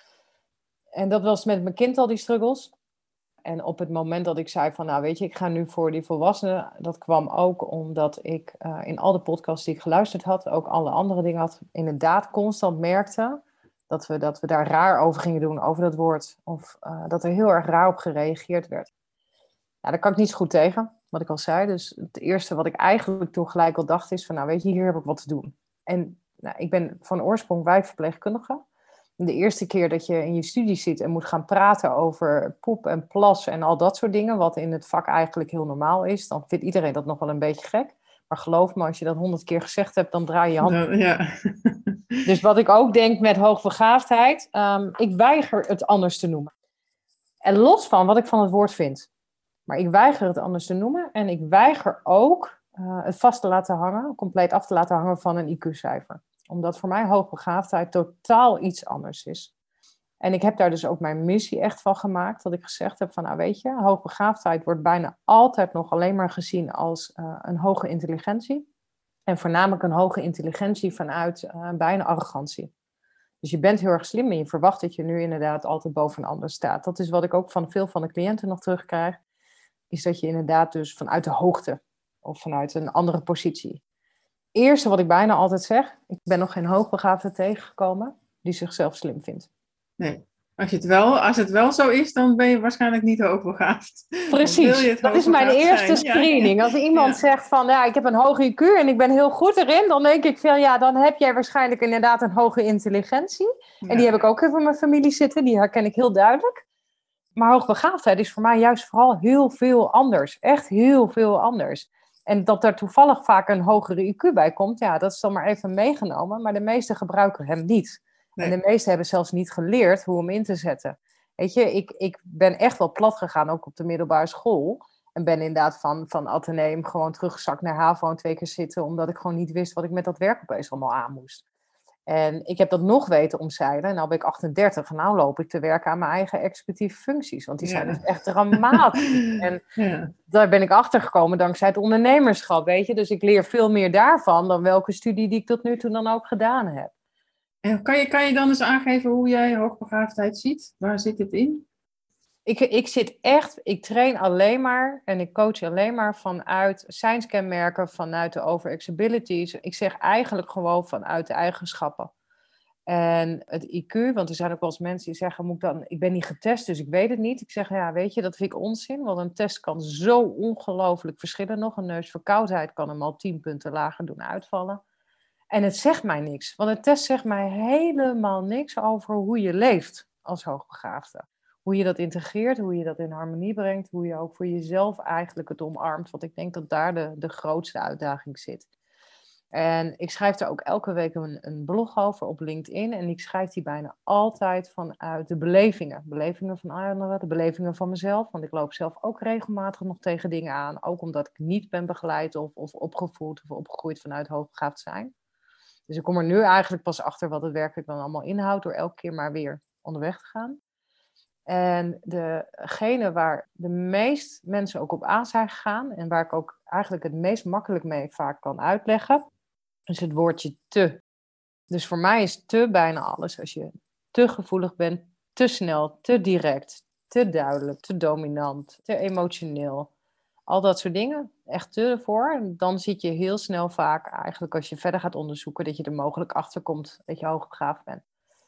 En dat was met mijn kind al die struggles. En op het moment dat ik zei van, nou weet je, ik ga nu voor die volwassenen. Dat kwam ook omdat ik in al de podcasts die ik geluisterd had, ook alle andere dingen had, inderdaad constant merkte dat we daar raar over gingen doen, over dat woord. Of dat er heel erg raar op gereageerd werd. Ja, daar kan ik niet zo goed tegen, wat ik al zei. Dus het eerste wat ik eigenlijk toen gelijk al dacht is van, nou weet je, hier heb ik wat te doen. En ik ben van oorsprong wijkverpleegkundige. De eerste keer dat je in je studie zit en moet gaan praten over poep en plas en al dat soort dingen, wat in het vak eigenlijk heel normaal is, dan vindt iedereen dat nog wel een beetje gek. Maar geloof me, als je dat 100 keer gezegd hebt, dan draai je hand. Ja. Dus wat ik ook denk met hoogbegaafdheid, ik weiger het anders te noemen. En los van wat ik van het woord vind. Maar ik weiger het anders te noemen en ik weiger ook het vast te laten hangen, compleet af te laten hangen van een IQ-cijfer. Omdat voor mij hoogbegaafdheid totaal iets anders is. En ik heb daar dus ook mijn missie echt van gemaakt. Dat ik gezegd heb van, nou weet je, hoogbegaafdheid wordt bijna altijd nog alleen maar gezien als een hoge intelligentie. En voornamelijk een hoge intelligentie vanuit bijna arrogantie. Dus je bent heel erg slim en je verwacht dat je nu inderdaad altijd boven een ander staat. Dat is wat ik ook van veel van de cliënten nog terugkrijg. Is dat je inderdaad dus vanuit de hoogte of vanuit een andere positie. Eerste wat ik bijna altijd zeg, ik ben nog geen hoogbegaafde tegengekomen die zichzelf slim vindt. Nee. Als het wel zo is, dan ben je waarschijnlijk niet hoogbegaafd. Precies, dat is mijn eerste screening. Ja. Als iemand zegt van, ja, ik heb een hoge IQ en ik ben heel goed erin, dan denk ik veel, ja, dan heb jij waarschijnlijk inderdaad een hoge intelligentie. Ja. En die heb ik ook even in mijn familie zitten, die herken ik heel duidelijk. Maar hoogbegaafdheid is voor mij juist vooral heel veel anders. Echt heel veel anders. En dat er toevallig vaak een hogere IQ bij komt, ja, dat is dan maar even meegenomen. Maar de meesten gebruiken hem niet. Nee. En de meesten hebben zelfs niet geleerd hoe hem in te zetten. Weet je, ik ben echt wel plat gegaan, ook op de middelbare school. En ben inderdaad van Atheneum gewoon teruggezakt naar HAVO en 2 keer zitten, omdat ik gewoon niet wist wat ik met dat werk opeens allemaal aan moest. En ik heb dat nog weten omzeilen. En nu ben ik 38 en nu loop ik te werken aan mijn eigen executieve functies. Want die zijn dus echt dramatisch. En daar ben ik achter gekomen dankzij het ondernemerschap, weet je. Dus ik leer veel meer daarvan dan welke studie die ik tot nu toe dan ook gedaan heb. En kan je dan eens aangeven hoe jij hoogbegaafdheid ziet? Waar zit het in? Ik train alleen maar en ik coach alleen maar vanuit science-kenmerken, vanuit de overexabilities. Ik zeg eigenlijk gewoon vanuit de eigenschappen. En het IQ, want er zijn ook wel eens mensen die zeggen, ik ben niet getest, dus ik weet het niet. Ik zeg, ja, weet je, dat vind ik onzin, want een test kan zo ongelooflijk verschillen nog. Een neusverkoudheid kan hem al 10 punten lager doen uitvallen. En het zegt mij niks, want een test zegt mij helemaal niks over hoe je leeft als hoogbegaafde. Hoe je dat integreert, hoe je dat in harmonie brengt, hoe je ook voor jezelf eigenlijk het omarmt. Want ik denk dat daar de grootste uitdaging zit. En ik schrijf daar ook elke week een blog over op LinkedIn. En ik schrijf die bijna altijd vanuit de belevingen. Belevingen van anderen, de belevingen van mezelf. Want ik loop zelf ook regelmatig nog tegen dingen aan. Ook omdat ik niet ben begeleid of opgevoed of opgegroeid vanuit hoogbegaafd zijn. Dus ik kom er nu eigenlijk pas achter wat het werkelijk dan allemaal inhoudt. Door elke keer maar weer onderweg te gaan. En degene waar de meest mensen ook op aan zijn gegaan. En waar ik ook eigenlijk het meest makkelijk mee vaak kan uitleggen. Is het woordje te. Dus voor mij is te bijna alles. Als je te gevoelig bent, te snel, te direct, te duidelijk, te dominant, te emotioneel. Al dat soort dingen, echt te ervoor. En dan zit je heel snel vaak eigenlijk als je verder gaat onderzoeken, dat je er mogelijk achter komt dat je hoogbegaafd bent.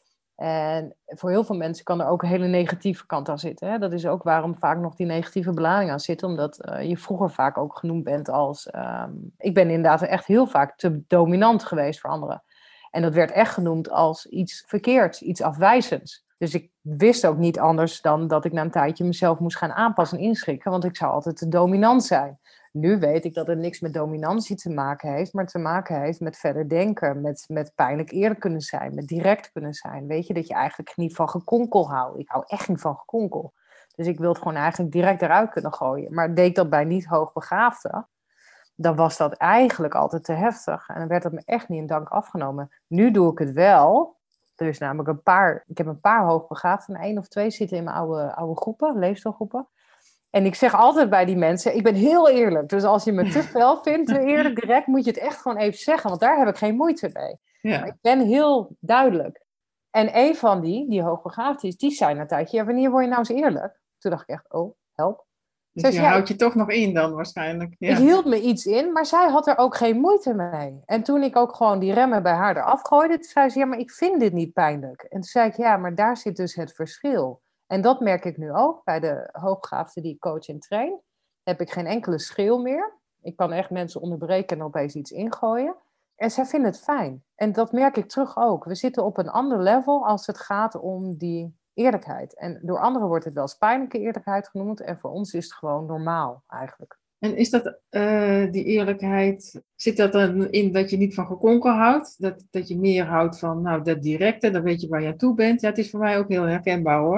En voor heel veel mensen kan er ook een hele negatieve kant aan zitten. Hè? Dat is ook waarom vaak nog die negatieve belading aan zit. Omdat je vroeger vaak ook genoemd bent als... ik ben inderdaad echt heel vaak te dominant geweest voor anderen. En dat werd echt genoemd als iets verkeerds, iets afwijzends. Dus ik wist ook niet anders dan dat ik na een tijdje mezelf moest gaan aanpassen en inschikken. Want ik zou altijd te dominant zijn. Nu weet ik dat het niks met dominantie te maken heeft, maar te maken heeft met verder denken, met pijnlijk eerlijk kunnen zijn, met direct kunnen zijn. Weet je, dat je eigenlijk niet van gekonkel houdt. Ik hou echt niet van gekonkel. Dus ik wil het gewoon eigenlijk direct eruit kunnen gooien. Maar deed ik dat bij niet hoogbegaafden, dan was dat eigenlijk altijd te heftig. En dan werd dat me echt niet in dank afgenomen. Nu doe ik het wel. Er is namelijk ik heb een paar hoogbegaafden, 1 of 2 zitten in mijn oude groepen, leefstijlgroepen. En ik zeg altijd bij die mensen, ik ben heel eerlijk. Dus als je me te fel vindt, te eerlijk, direct, moet je het echt gewoon even zeggen. Want daar heb ik geen moeite mee. Ja. Maar ik ben heel duidelijk. En een van die hoogbegaafd is, die zei na een tijdje, ja, wanneer word je nou eens eerlijk? Toen dacht ik echt, oh, help. Dus je houdt je toch nog in dan waarschijnlijk. Ja. Ik hield me iets in, maar zij had er ook geen moeite mee. En toen ik ook gewoon die remmen bij haar eraf gooide, toen zei ze, ja, maar ik vind dit niet pijnlijk. En toen zei ik, ja, maar daar zit dus het verschil. En dat merk ik nu ook bij de hoogbegaafden die ik coach en train. Heb ik geen enkele schreeuw meer. Ik kan echt mensen onderbreken en opeens iets ingooien. En zij vinden het fijn. En dat merk ik terug ook. We zitten op een ander level als het gaat om die eerlijkheid. En door anderen wordt het wel eens pijnlijke eerlijkheid genoemd. En voor ons is het gewoon normaal eigenlijk. En is dat, die eerlijkheid, zit dat dan in dat je niet van gekonkel houdt? Dat je meer houdt van, nou, dat directe, dan weet je waar je aan toe bent. Ja, het is voor mij ook heel herkenbaar hoor.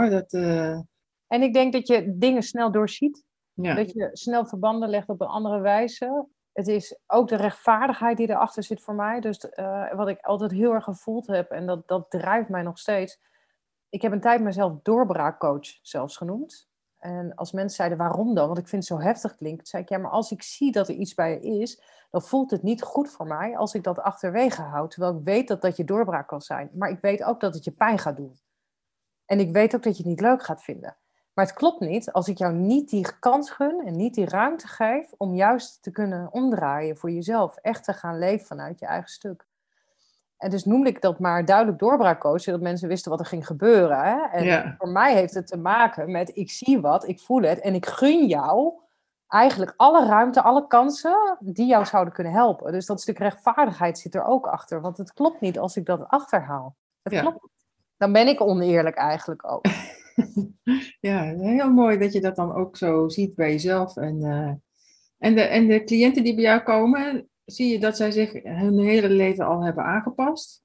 En ik denk dat je dingen snel doorziet. Ja. Dat je snel verbanden legt op een andere wijze. Het is ook de rechtvaardigheid die erachter zit voor mij. Dus wat ik altijd heel erg gevoeld heb, en dat drijft mij nog steeds. Ik heb een tijd mezelf doorbraakcoach zelfs genoemd. En als mensen zeiden, waarom dan? Want ik vind het zo heftig klinkt. Zei ik, ja, maar als ik zie dat er iets bij je is, dan voelt het niet goed voor mij als ik dat achterwege houd. Terwijl ik weet dat dat je doorbraak kan zijn. Maar ik weet ook dat het je pijn gaat doen. En ik weet ook dat je het niet leuk gaat vinden. Maar het klopt niet als ik jou niet die kans gun en niet die ruimte geef om juist te kunnen omdraaien voor jezelf. Echt te gaan leven vanuit je eigen stuk. En dus noemde ik dat maar duidelijk doorbraakcoach, zodat mensen wisten wat er ging gebeuren. Hè? En voor mij heeft het te maken met, ik zie wat, ik voel het en ik gun jou eigenlijk alle ruimte, alle kansen die jou zouden kunnen helpen. Dus dat stuk rechtvaardigheid zit er ook achter, want het klopt niet als ik dat achterhaal. Het klopt niet. Dan ben ik oneerlijk eigenlijk ook. Ja, heel mooi dat je dat dan ook zo ziet bij jezelf. En de cliënten die bij jou komen, zie je dat zij zich hun hele leven al hebben aangepast?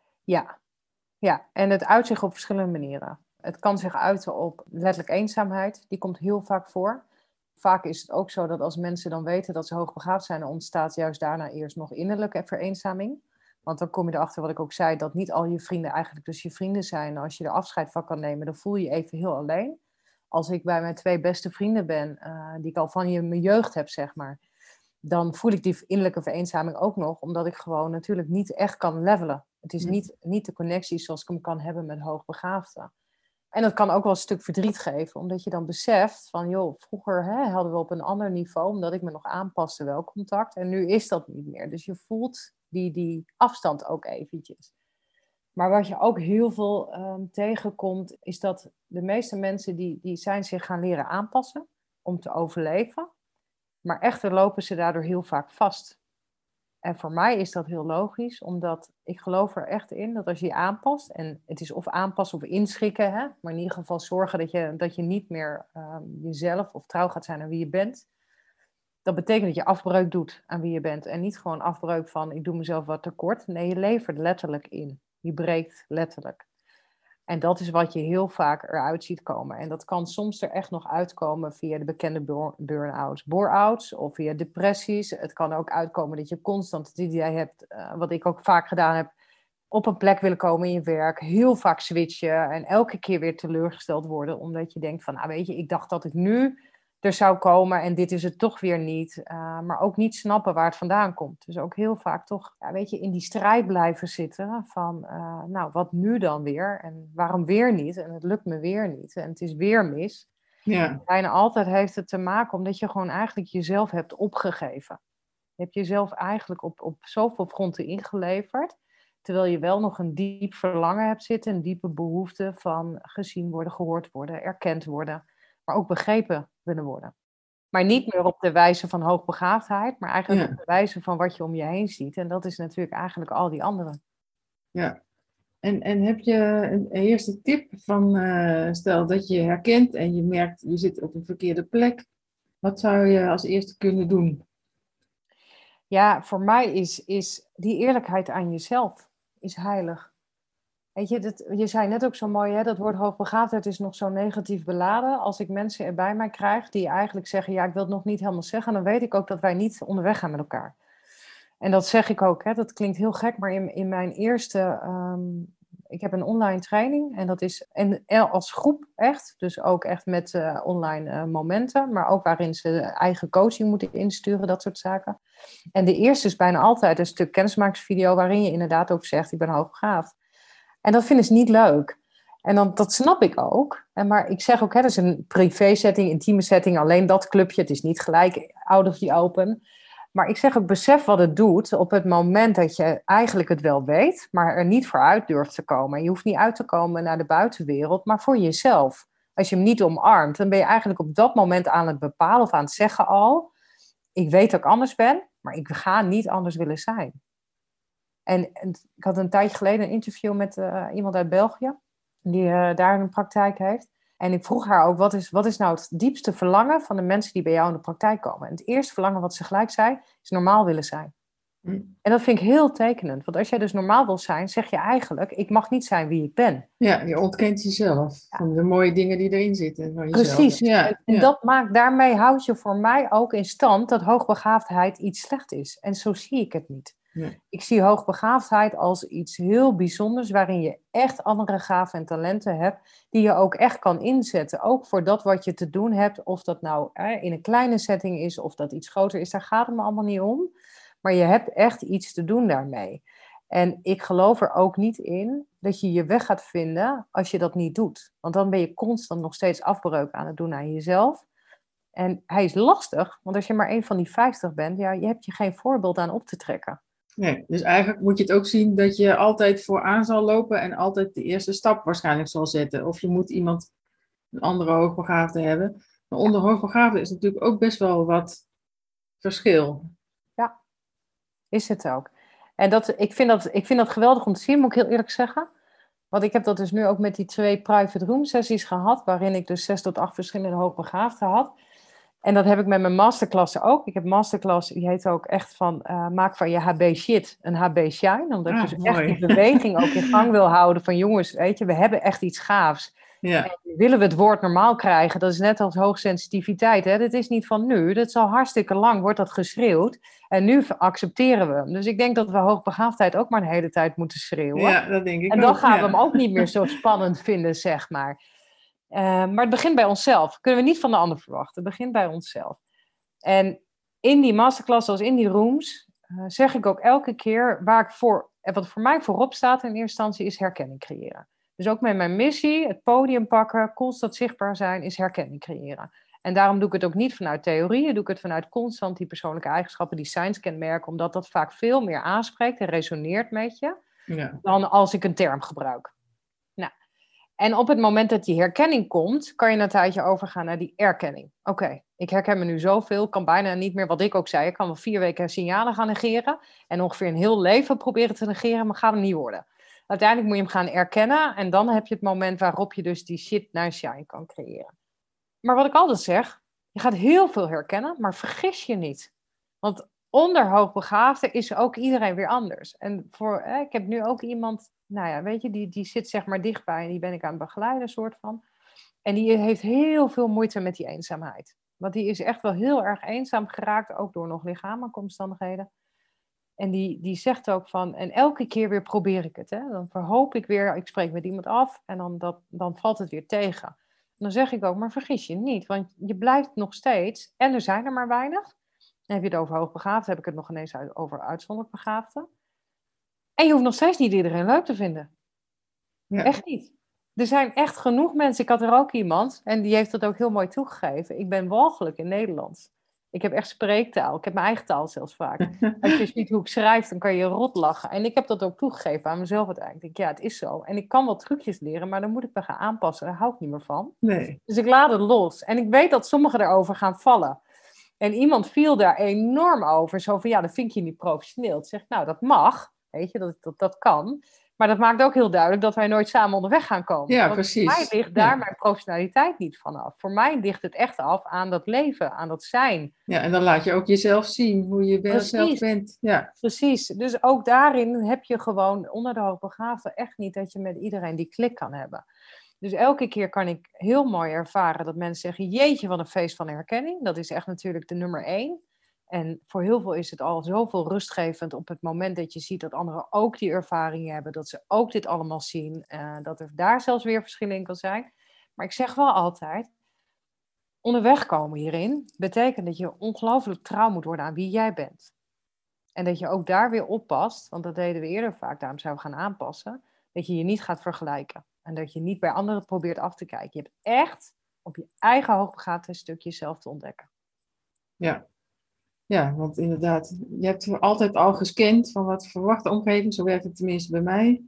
Ja, en het uit zich op verschillende manieren. Het kan zich uiten op letterlijk eenzaamheid. Die komt heel vaak voor. Vaak is het ook zo dat als mensen dan weten dat ze hoogbegaafd zijn, dan ontstaat juist daarna eerst nog innerlijke vereenzaming. Want dan kom je erachter, wat ik ook zei, dat niet al je vrienden eigenlijk dus je vrienden zijn. Als je er afscheid van kan nemen, dan voel je je even heel alleen. Als ik bij mijn 2 beste vrienden ben, die ik al van mijn jeugd heb, zeg maar, dan voel ik die innerlijke vereenzaming ook nog, omdat ik gewoon natuurlijk niet echt kan levelen. Het is niet de connectie zoals ik hem kan hebben met hoogbegaafden. En dat kan ook wel een stuk verdriet geven, omdat je dan beseft van, joh, vroeger hadden we op een ander niveau, omdat ik me nog aanpaste, wel contact. En nu is dat niet meer. Dus je voelt die afstand ook eventjes. Maar wat je ook heel veel tegenkomt, is dat de meeste mensen die zijn zich gaan leren aanpassen om te overleven. Maar echter lopen ze daardoor heel vaak vast. En voor mij is dat heel logisch, omdat ik geloof er echt in dat als je je aanpast, en het is of aanpassen of inschikken, maar in ieder geval zorgen dat je niet meer jezelf of trouw gaat zijn aan wie je bent. Dat betekent dat je afbreuk doet aan wie je bent. En niet gewoon afbreuk van, ik doe mezelf wat tekort. Nee, je levert letterlijk in. Je breekt letterlijk. En dat is wat je heel vaak eruit ziet komen. En dat kan soms er echt nog uitkomen via de bekende burn-outs, bore-outs of via depressies. Het kan ook uitkomen dat je constant het idee hebt, wat ik ook vaak gedaan heb, op een plek willen komen in je werk, heel vaak switchen en elke keer weer teleurgesteld worden, omdat je denkt van, nou weet je, ik dacht dat ik nu er zou komen en dit is het toch weer niet. Maar ook niet snappen waar het vandaan komt. Dus ook heel vaak toch, ja, weet je, in die strijd blijven zitten van, nou, wat nu dan weer? En waarom weer niet? En het lukt me weer niet. En het is weer mis. Ja. Bijna altijd heeft het te maken omdat je gewoon eigenlijk jezelf hebt opgegeven. Je hebt jezelf eigenlijk op zoveel fronten ingeleverd. Terwijl je wel nog een diep verlangen hebt zitten. Een diepe behoefte van gezien worden, gehoord worden, erkend worden. Maar ook begrepen willen worden. Maar niet meer op de wijze van hoogbegaafdheid, maar eigenlijk op de wijze van wat je om je heen ziet. En dat is natuurlijk eigenlijk al die anderen. Ja. En heb je een eerste tip van, stel dat je herkent en je merkt, je zit op een verkeerde plek. Wat zou je als eerste kunnen doen? Ja, voor mij is die eerlijkheid aan jezelf is heilig. Weet je, je zei net ook zo mooi, dat woord hoogbegaafdheid is nog zo negatief beladen. Als ik mensen er bij mij krijg die eigenlijk zeggen, ja, ik wil het nog niet helemaal zeggen, dan weet ik ook dat wij niet onderweg gaan met elkaar. En dat zeg ik ook, dat klinkt heel gek, maar in mijn eerste, ik heb een online training en dat is als groep echt, dus ook echt met online momenten, maar ook waarin ze eigen coaching moeten insturen, dat soort zaken. En de eerste is bijna altijd een stuk kennismakingsvideo waarin je inderdaad ook zegt, ik ben hoogbegaafd. En dat vinden ze niet leuk. En dat snap ik ook. Maar ik zeg ook, dat is een privé setting, intieme setting, alleen dat clubje. Het is niet gelijk out of the open. Maar ik zeg ook, besef wat het doet op het moment dat je eigenlijk het wel weet, maar er niet voor uit durft te komen. En je hoeft niet uit te komen naar de buitenwereld, maar voor jezelf. Als je hem niet omarmt, dan ben je eigenlijk op dat moment aan het bepalen of aan het zeggen al, ik weet dat ik anders ben, maar ik ga niet anders willen zijn. En ik had een tijdje geleden een interview met iemand uit België, die daar een praktijk heeft. En ik vroeg haar ook, wat is nou het diepste verlangen van de mensen die bij jou in de praktijk komen? En het eerste verlangen wat ze gelijk zei, is normaal willen zijn. En dat vind ik heel tekenend. Want als jij dus normaal wil zijn, zeg je eigenlijk, ik mag niet zijn wie ik ben. Ja, je ontkent jezelf. Van de mooie dingen die erin zitten. Van jezelf. Precies. Ja, en dat daarmee houd je voor mij ook in stand dat hoogbegaafdheid iets slecht is. En zo zie ik het niet. Nee. Ik zie hoogbegaafdheid als iets heel bijzonders, waarin je echt andere gaven en talenten hebt, die je ook echt kan inzetten. Ook voor dat wat je te doen hebt, of dat nou in een kleine setting is, of dat iets groter is, daar gaat het me allemaal niet om. Maar je hebt echt iets te doen daarmee. En ik geloof er ook niet in dat je je weg gaat vinden als je dat niet doet. Want dan ben je constant nog steeds afbreuk aan het doen aan jezelf. En hij is lastig, want als je maar een van die 50 bent, ja, je hebt je geen voorbeeld aan op te trekken. Nee, dus eigenlijk moet je het ook zien dat je altijd vooraan zal lopen en altijd de eerste stap waarschijnlijk zal zetten. Of je moet een andere hoogbegaafde hebben. Maar onder hoogbegaafden is natuurlijk ook best wel wat verschil. Ja, is het ook. En ik vind dat geweldig om te zien, moet ik heel eerlijk zeggen. Want ik heb dat dus nu ook met die 2 private room sessies gehad, waarin ik dus 6 tot 8 verschillende hoogbegaafden had. En dat heb ik met mijn masterklassen ook. Ik heb masterclass, die heet ook echt van maak van je HB shit een HB shine. Omdat ik dus mooi. echt die beweging ook in gang wil houden van jongens, weet je, we hebben echt iets gaafs. Ja. En willen we het woord normaal krijgen, dat is net als hoogsensitiviteit. Hè? Dat is niet van nu, dat is al hartstikke lang, wordt dat geschreeuwd. En nu accepteren we hem. Dus ik denk dat we hoogbegaafdheid ook maar een hele tijd moeten schreeuwen. Ja, dat denk ik en dan ook, gaan we hem ook niet meer zo spannend vinden, zeg maar. Maar het begint bij onszelf. Kunnen we niet van de ander verwachten. Het begint bij onszelf. En in die masterclass, zoals in die rooms, zeg ik ook elke keer wat voor mij voorop staat in eerste instantie, is herkenning creëren. Dus ook met mijn missie, het podium pakken, constant zichtbaar zijn, is herkenning creëren. En daarom doe ik het ook niet vanuit theorieën, doe ik het vanuit constant die persoonlijke eigenschappen, die signs-kenmerken, omdat dat vaak veel meer aanspreekt en resoneert met je, dan als ik een term gebruik. Nou, en op het moment dat die herkenning komt, kan je een tijdje overgaan naar die erkenning. Oké, ik herken me nu zoveel, kan bijna niet meer, wat ik ook zei, ik kan wel 4 weken signalen gaan negeren en ongeveer een heel leven proberen te negeren, maar gaat het niet worden. Uiteindelijk moet je hem gaan erkennen en dan heb je het moment waarop je dus die shit naar shine kan creëren. Maar wat ik altijd zeg, je gaat heel veel herkennen, maar vergis je niet. Want onder hoogbegaafden is ook iedereen weer anders. En ik heb nu ook iemand, nou ja, weet je, die zit zeg maar dichtbij en die ben ik aan het begeleiden, soort van. En die heeft heel veel moeite met die eenzaamheid. Want die is echt wel heel erg eenzaam geraakt, ook door nog lichamelijke omstandigheden. En die zegt ook van, en elke keer weer probeer ik het. Hè? Dan verhoop ik weer, ik spreek met iemand af en dan valt het weer tegen. En dan zeg ik ook, maar vergis je niet, want je blijft nog steeds, en er zijn er maar weinig. Dan heb je het over hoogbegaafden, heb ik het nog ineens over uitzonderlijk begaafden. En je hoeft nog steeds niet iedereen leuk te vinden. Ja. Echt niet. Er zijn echt genoeg mensen, ik had er ook iemand, en die heeft dat ook heel mooi toegegeven. Ik ben walgelijk in Nederlands. Ik heb echt spreektaal. Ik heb mijn eigen taal zelfs vaak. Als je ziet hoe ik schrijf, dan kan je rot lachen. En ik heb dat ook toegegeven aan mezelf uiteindelijk. Ik denk, ja, het is zo. En ik kan wel trucjes leren, maar dan moet ik me gaan aanpassen. Daar hou ik niet meer van. Nee. Dus ik laat het los. En ik weet dat sommigen erover gaan vallen. En iemand viel daar enorm over. Zo van, ja, dat vind je niet professioneel. Ik zeg, nou, dat mag. Weet je, dat kan. Maar dat maakt ook heel duidelijk dat wij nooit samen onderweg gaan komen. Ja, want precies. Voor mij ligt daar mijn professionaliteit niet vanaf. Voor mij ligt het echt af aan dat leven, aan dat zijn. Ja, en dan laat je ook jezelf zien, hoe je zelf bent. Ja. Precies. Dus ook daarin heb je gewoon onder de hoogbegaafden echt niet dat je met iedereen die klik kan hebben. Dus elke keer kan ik heel mooi ervaren dat mensen zeggen, jeetje, wat een feest van herkenning. Dat is echt natuurlijk de nummer 1. En voor heel veel is het al zoveel rustgevend op het moment dat je ziet dat anderen ook die ervaringen hebben, dat ze ook dit allemaal zien, dat er daar zelfs weer verschillen in kan zijn. Maar ik zeg wel altijd, onderweg komen hierin betekent dat je ongelooflijk trouw moet worden aan wie jij bent. En dat je ook daar weer oppast, want dat deden we eerder vaak, daarom zijn we gaan aanpassen, dat je je niet gaat vergelijken. En dat je niet bij anderen probeert af te kijken. Je hebt echt op je eigen hoogbegaafdheid stukje zelf te ontdekken. Ja. Ja, want inderdaad, je hebt altijd al gescand van wat verwacht de omgeving. Zo werkt het tenminste bij mij.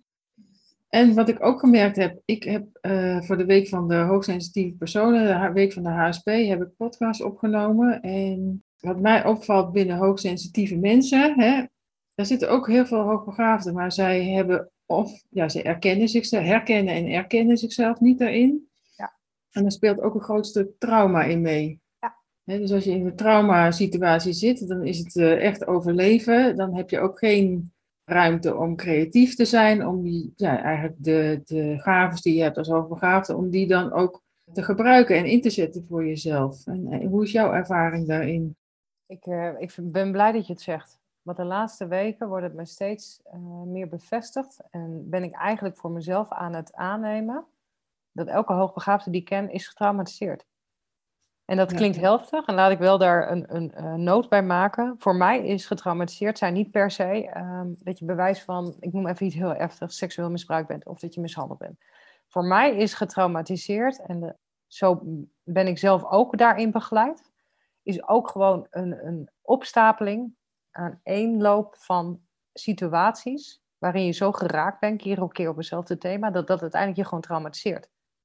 En wat ik ook gemerkt heb, ik heb voor de week van de hoogsensitieve personen, de week van de HSP, heb ik podcast opgenomen. En wat mij opvalt binnen hoogsensitieve mensen, daar zitten ook heel veel hoogbegaafden, maar zij hebben ze herkennen en erkennen zichzelf niet daarin. Ja. En daar speelt ook een groot stuk trauma in mee. Dus als je in een traumasituatie zit, dan is het echt overleven. Dan heb je ook geen ruimte om creatief te zijn, om eigenlijk de gaves die je hebt als hoogbegaafde, om die dan ook te gebruiken en in te zetten voor jezelf. En hoe is jouw ervaring daarin? Ik ben blij dat je het zegt. Want de laatste weken wordt het me steeds meer bevestigd. En ben ik eigenlijk voor mezelf aan het aannemen dat elke hoogbegaafde die ik ken is getraumatiseerd. En dat klinkt heftig en laat ik wel daar een noot bij maken. Voor mij is getraumatiseerd zijn niet per se dat je bewijs van, ik noem even iets heel heftigs, seksueel misbruikt bent of dat je mishandeld bent. Voor mij is getraumatiseerd, en zo ben ik zelf ook daarin begeleid, is ook gewoon een opstapeling, aan eenloop van situaties waarin je zo geraakt bent, keer op keer op hetzelfde thema, dat uiteindelijk je gewoon traumatiseert.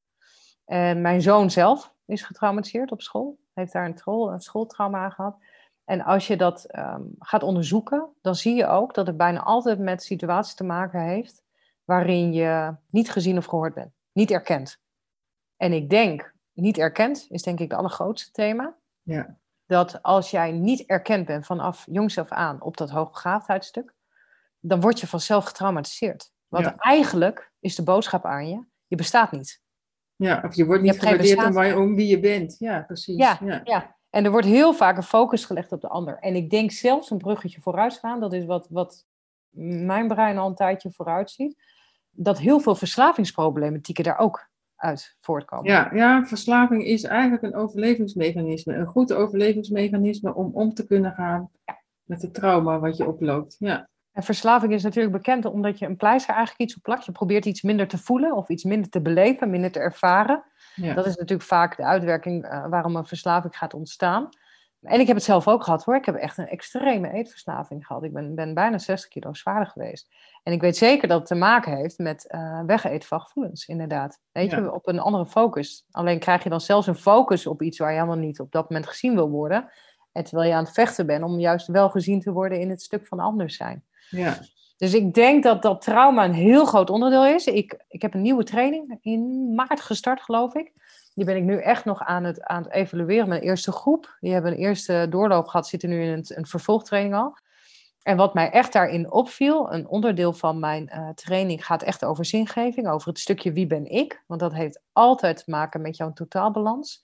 En mijn zoon zelf is getraumatiseerd op school. Heeft daar een schooltrauma aan gehad. En als je dat gaat onderzoeken, dan zie je ook dat het bijna altijd met situaties te maken heeft waarin je niet gezien of gehoord bent. Niet erkend. En ik denk, niet erkend is denk ik het allergrootste thema. Ja. Dat als jij niet erkend bent vanaf jongs af aan op dat hoogbegaafdheidsstuk, dan word je vanzelf getraumatiseerd. Want eigenlijk is de boodschap aan je, je bestaat niet. Ja, of je wordt niet gewaardeerd om wie je bent. Ja, precies. Ja. En er wordt heel vaak een focus gelegd op de ander. En ik denk zelfs een bruggetje vooruit gaan, dat is wat mijn brein al een tijdje vooruit ziet, dat heel veel verslavingsproblematieken daar ook uit voortkomen. Ja, verslaving is eigenlijk een overlevingsmechanisme. Een goed overlevingsmechanisme om te kunnen gaan met het trauma wat je oploopt. Ja. En verslaving is natuurlijk bekend omdat je een pleister eigenlijk iets op plakt. Je probeert iets minder te voelen of iets minder te beleven, minder te ervaren. Ja. Dat is natuurlijk vaak de uitwerking waarom een verslaving gaat ontstaan. En ik heb het zelf ook gehad hoor. Ik heb echt een extreme eetverslaving gehad. Ik ben bijna 60 kilo zwaarder geweest. En ik weet zeker dat het te maken heeft met wegeten van gevoelens, inderdaad. Weet je, op een andere focus. Alleen krijg je dan zelfs een focus op iets waar je helemaal niet op dat moment gezien wil worden. En terwijl je aan het vechten bent om juist wel gezien te worden in het stuk van anders zijn. Ja. Dus ik denk dat trauma een heel groot onderdeel is. Ik heb een nieuwe training in maart gestart, geloof ik. Die ben ik nu echt nog aan het evalueren. Mijn eerste groep, die hebben een eerste doorloop gehad, zitten nu in een vervolgtraining al. En wat mij echt daarin opviel, een onderdeel van mijn training gaat echt over zingeving, over het stukje wie ben ik. Want dat heeft altijd te maken met jouw totaalbalans.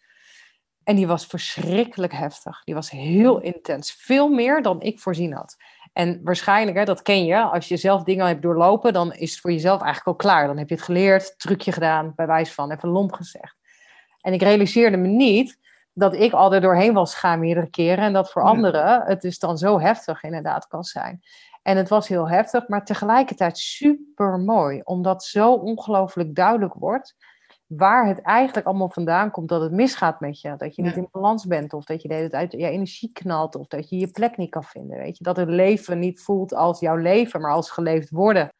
En die was verschrikkelijk heftig. Die was heel intens. Veel meer dan ik voorzien had. En waarschijnlijk, dat ken je, als je zelf dingen hebt doorlopen, dan is het voor jezelf eigenlijk al klaar. Dan heb je het geleerd, trucje gedaan, bij wijze van, even lomp gezegd. En ik realiseerde me niet dat ik al er doorheen was gegaan meerdere keren. En dat voor anderen het dus dan zo heftig inderdaad kan zijn. En het was heel heftig, maar tegelijkertijd super mooi. Omdat zo ongelooflijk duidelijk wordt waar het eigenlijk allemaal vandaan komt dat het misgaat met je. Dat je niet in balans bent, of dat je de hele tijd je energie knalt, of dat je je plek niet kan vinden. Weet je? Dat het leven niet voelt als jouw leven, maar als geleefd worden.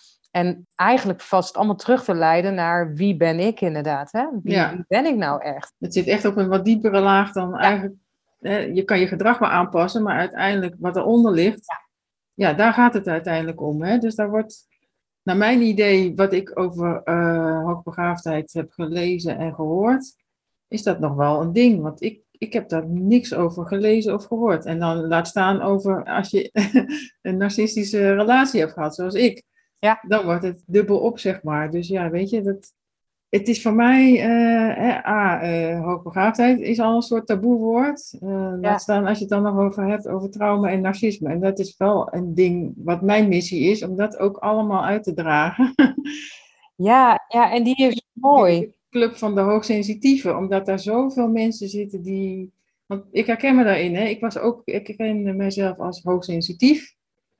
En eigenlijk vast allemaal terug te leiden naar wie ben ik inderdaad. Hè? Wie ben ik nou echt? Het zit echt op een wat diepere laag dan eigenlijk. Je kan je gedrag maar aanpassen, maar uiteindelijk wat eronder ligt, daar gaat het uiteindelijk om. Hè? Dus daar wordt, naar mijn idee, wat ik over hoogbegaafdheid heb gelezen en gehoord, is dat nog wel een ding. Want ik heb daar niks over gelezen of gehoord. En dan laat staan over als je een narcistische relatie hebt gehad, zoals ik. Ja. Dan wordt het dubbel op, zeg maar. Dus ja, weet je, het is voor mij, hoogbegaafdheid is al een soort taboewoord. Laat staan als je het dan nog over hebt, over trauma en narcisme. En dat is wel een ding wat mijn missie is, om dat ook allemaal uit te dragen. Ja, en die is mooi. De club van de hoogsensitieven, omdat daar zoveel mensen zitten die... Want ik herken me daarin, hè. Ik herkende mezelf als hoogsensitief.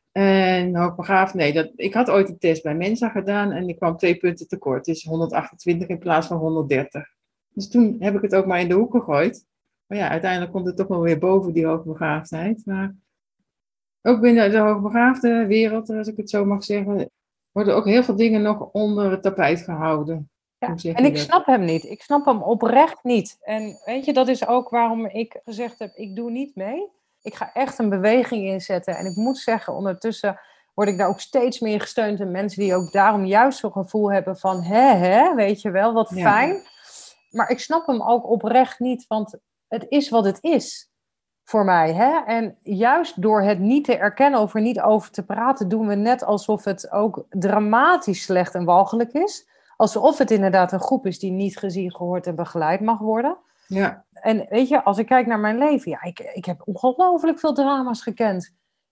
En hoogbegaafd, ik had ooit een test bij Mensa gedaan en ik kwam 2 punten tekort. Dus 128 in plaats van 130. Dus toen heb ik het ook maar in de hoek gegooid. Maar ja, uiteindelijk komt het toch wel weer boven die hoogbegaafdheid. Maar ook binnen de hoogbegaafde wereld, als ik het zo mag zeggen, worden ook heel veel dingen nog onder het tapijt gehouden. Ja, en ik snap hem niet. Ik snap hem oprecht niet. En weet je, dat is ook waarom ik gezegd heb, ik doe niet mee. Ik ga echt een beweging inzetten. En ik moet zeggen, ondertussen word ik daar ook steeds meer gesteund. En mensen die ook daarom juist zo'n gevoel hebben van... weet je wel, wat fijn. Maar ik snap hem ook oprecht niet. Want het is wat het is voor mij. Hè? En juist door het niet te erkennen of er niet over te praten... doen we net alsof het ook dramatisch slecht en walgelijk is. Alsof het inderdaad een groep is die niet gezien, gehoord en begeleid mag worden... Ja. En weet je, als ik kijk naar mijn leven, ik heb ongelooflijk veel drama's gekend.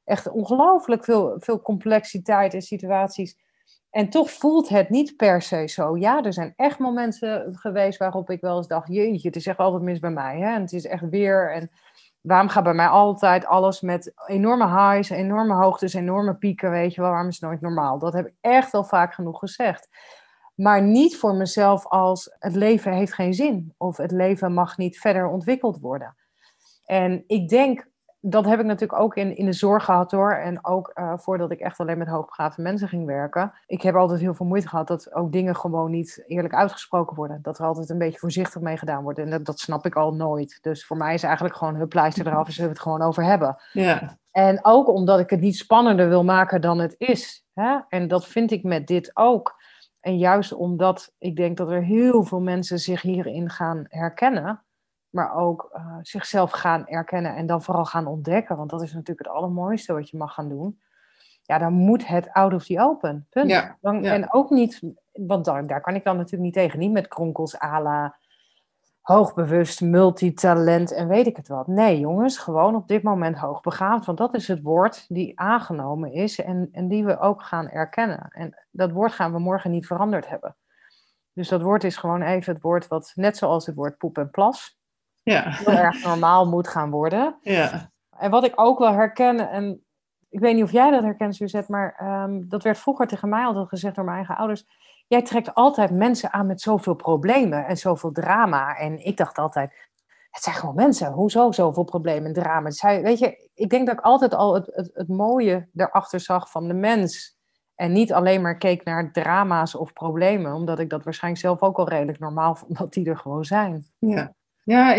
echt ongelooflijk veel complexiteit in situaties. En toch voelt het niet per se zo. Ja, er zijn echt momenten geweest waarop ik wel eens dacht, jeetje, het is echt altijd mis bij mij. Hè? En het is echt weer. En waarom gaat bij mij altijd alles met enorme highs, enorme hoogtes, enorme pieken, weet je wel, waarom is het nooit normaal? Dat heb ik echt wel vaak genoeg gezegd. Maar niet voor mezelf als het leven heeft geen zin of het leven mag niet verder ontwikkeld worden. En ik denk, dat heb ik natuurlijk ook in de zorg gehad hoor. En ook voordat ik echt alleen met hoogbegaafde mensen ging werken. Ik heb altijd heel veel moeite gehad dat ook dingen gewoon niet eerlijk uitgesproken worden. Dat er altijd een beetje voorzichtig mee gedaan wordt. En dat snap ik al nooit. Dus voor mij is eigenlijk gewoon huppleister eraf en zullen we het gewoon over hebben. Ja. En ook omdat ik het niet spannender wil maken dan het is. Hè? En dat vind ik met dit ook. En juist omdat ik denk dat er heel veel mensen zich hierin gaan herkennen. Maar ook zichzelf gaan erkennen en dan vooral gaan ontdekken. Want dat is natuurlijk het allermooiste wat je mag gaan doen. Ja, dan moet het out of the open. Punt. Ja, ja. En ook niet, want daar kan ik dan natuurlijk niet tegen. Niet met kronkels à la hoogbewust, multitalent en weet ik het wat. Nee jongens, gewoon op dit moment hoogbegaafd. Want dat is het woord die aangenomen is en die we ook gaan erkennen. En dat woord gaan we morgen niet veranderd hebben. Dus dat woord is gewoon even het woord wat, net zoals het woord poep en plas, heel erg normaal moet gaan worden. Ja. En wat ik ook wel herken, en ik weet niet of jij dat herkent, Suzette, maar dat werd vroeger tegen mij altijd gezegd door mijn eigen ouders. Jij trekt altijd mensen aan met zoveel problemen en zoveel drama. En ik dacht altijd, het zijn gewoon mensen. Hoezo zoveel problemen en drama? Weet je, ik denk dat ik altijd al het mooie erachter zag van de mens. En niet alleen maar keek naar drama's of problemen. Omdat ik dat waarschijnlijk zelf ook al redelijk normaal vond dat die er gewoon zijn. Ja. Ja,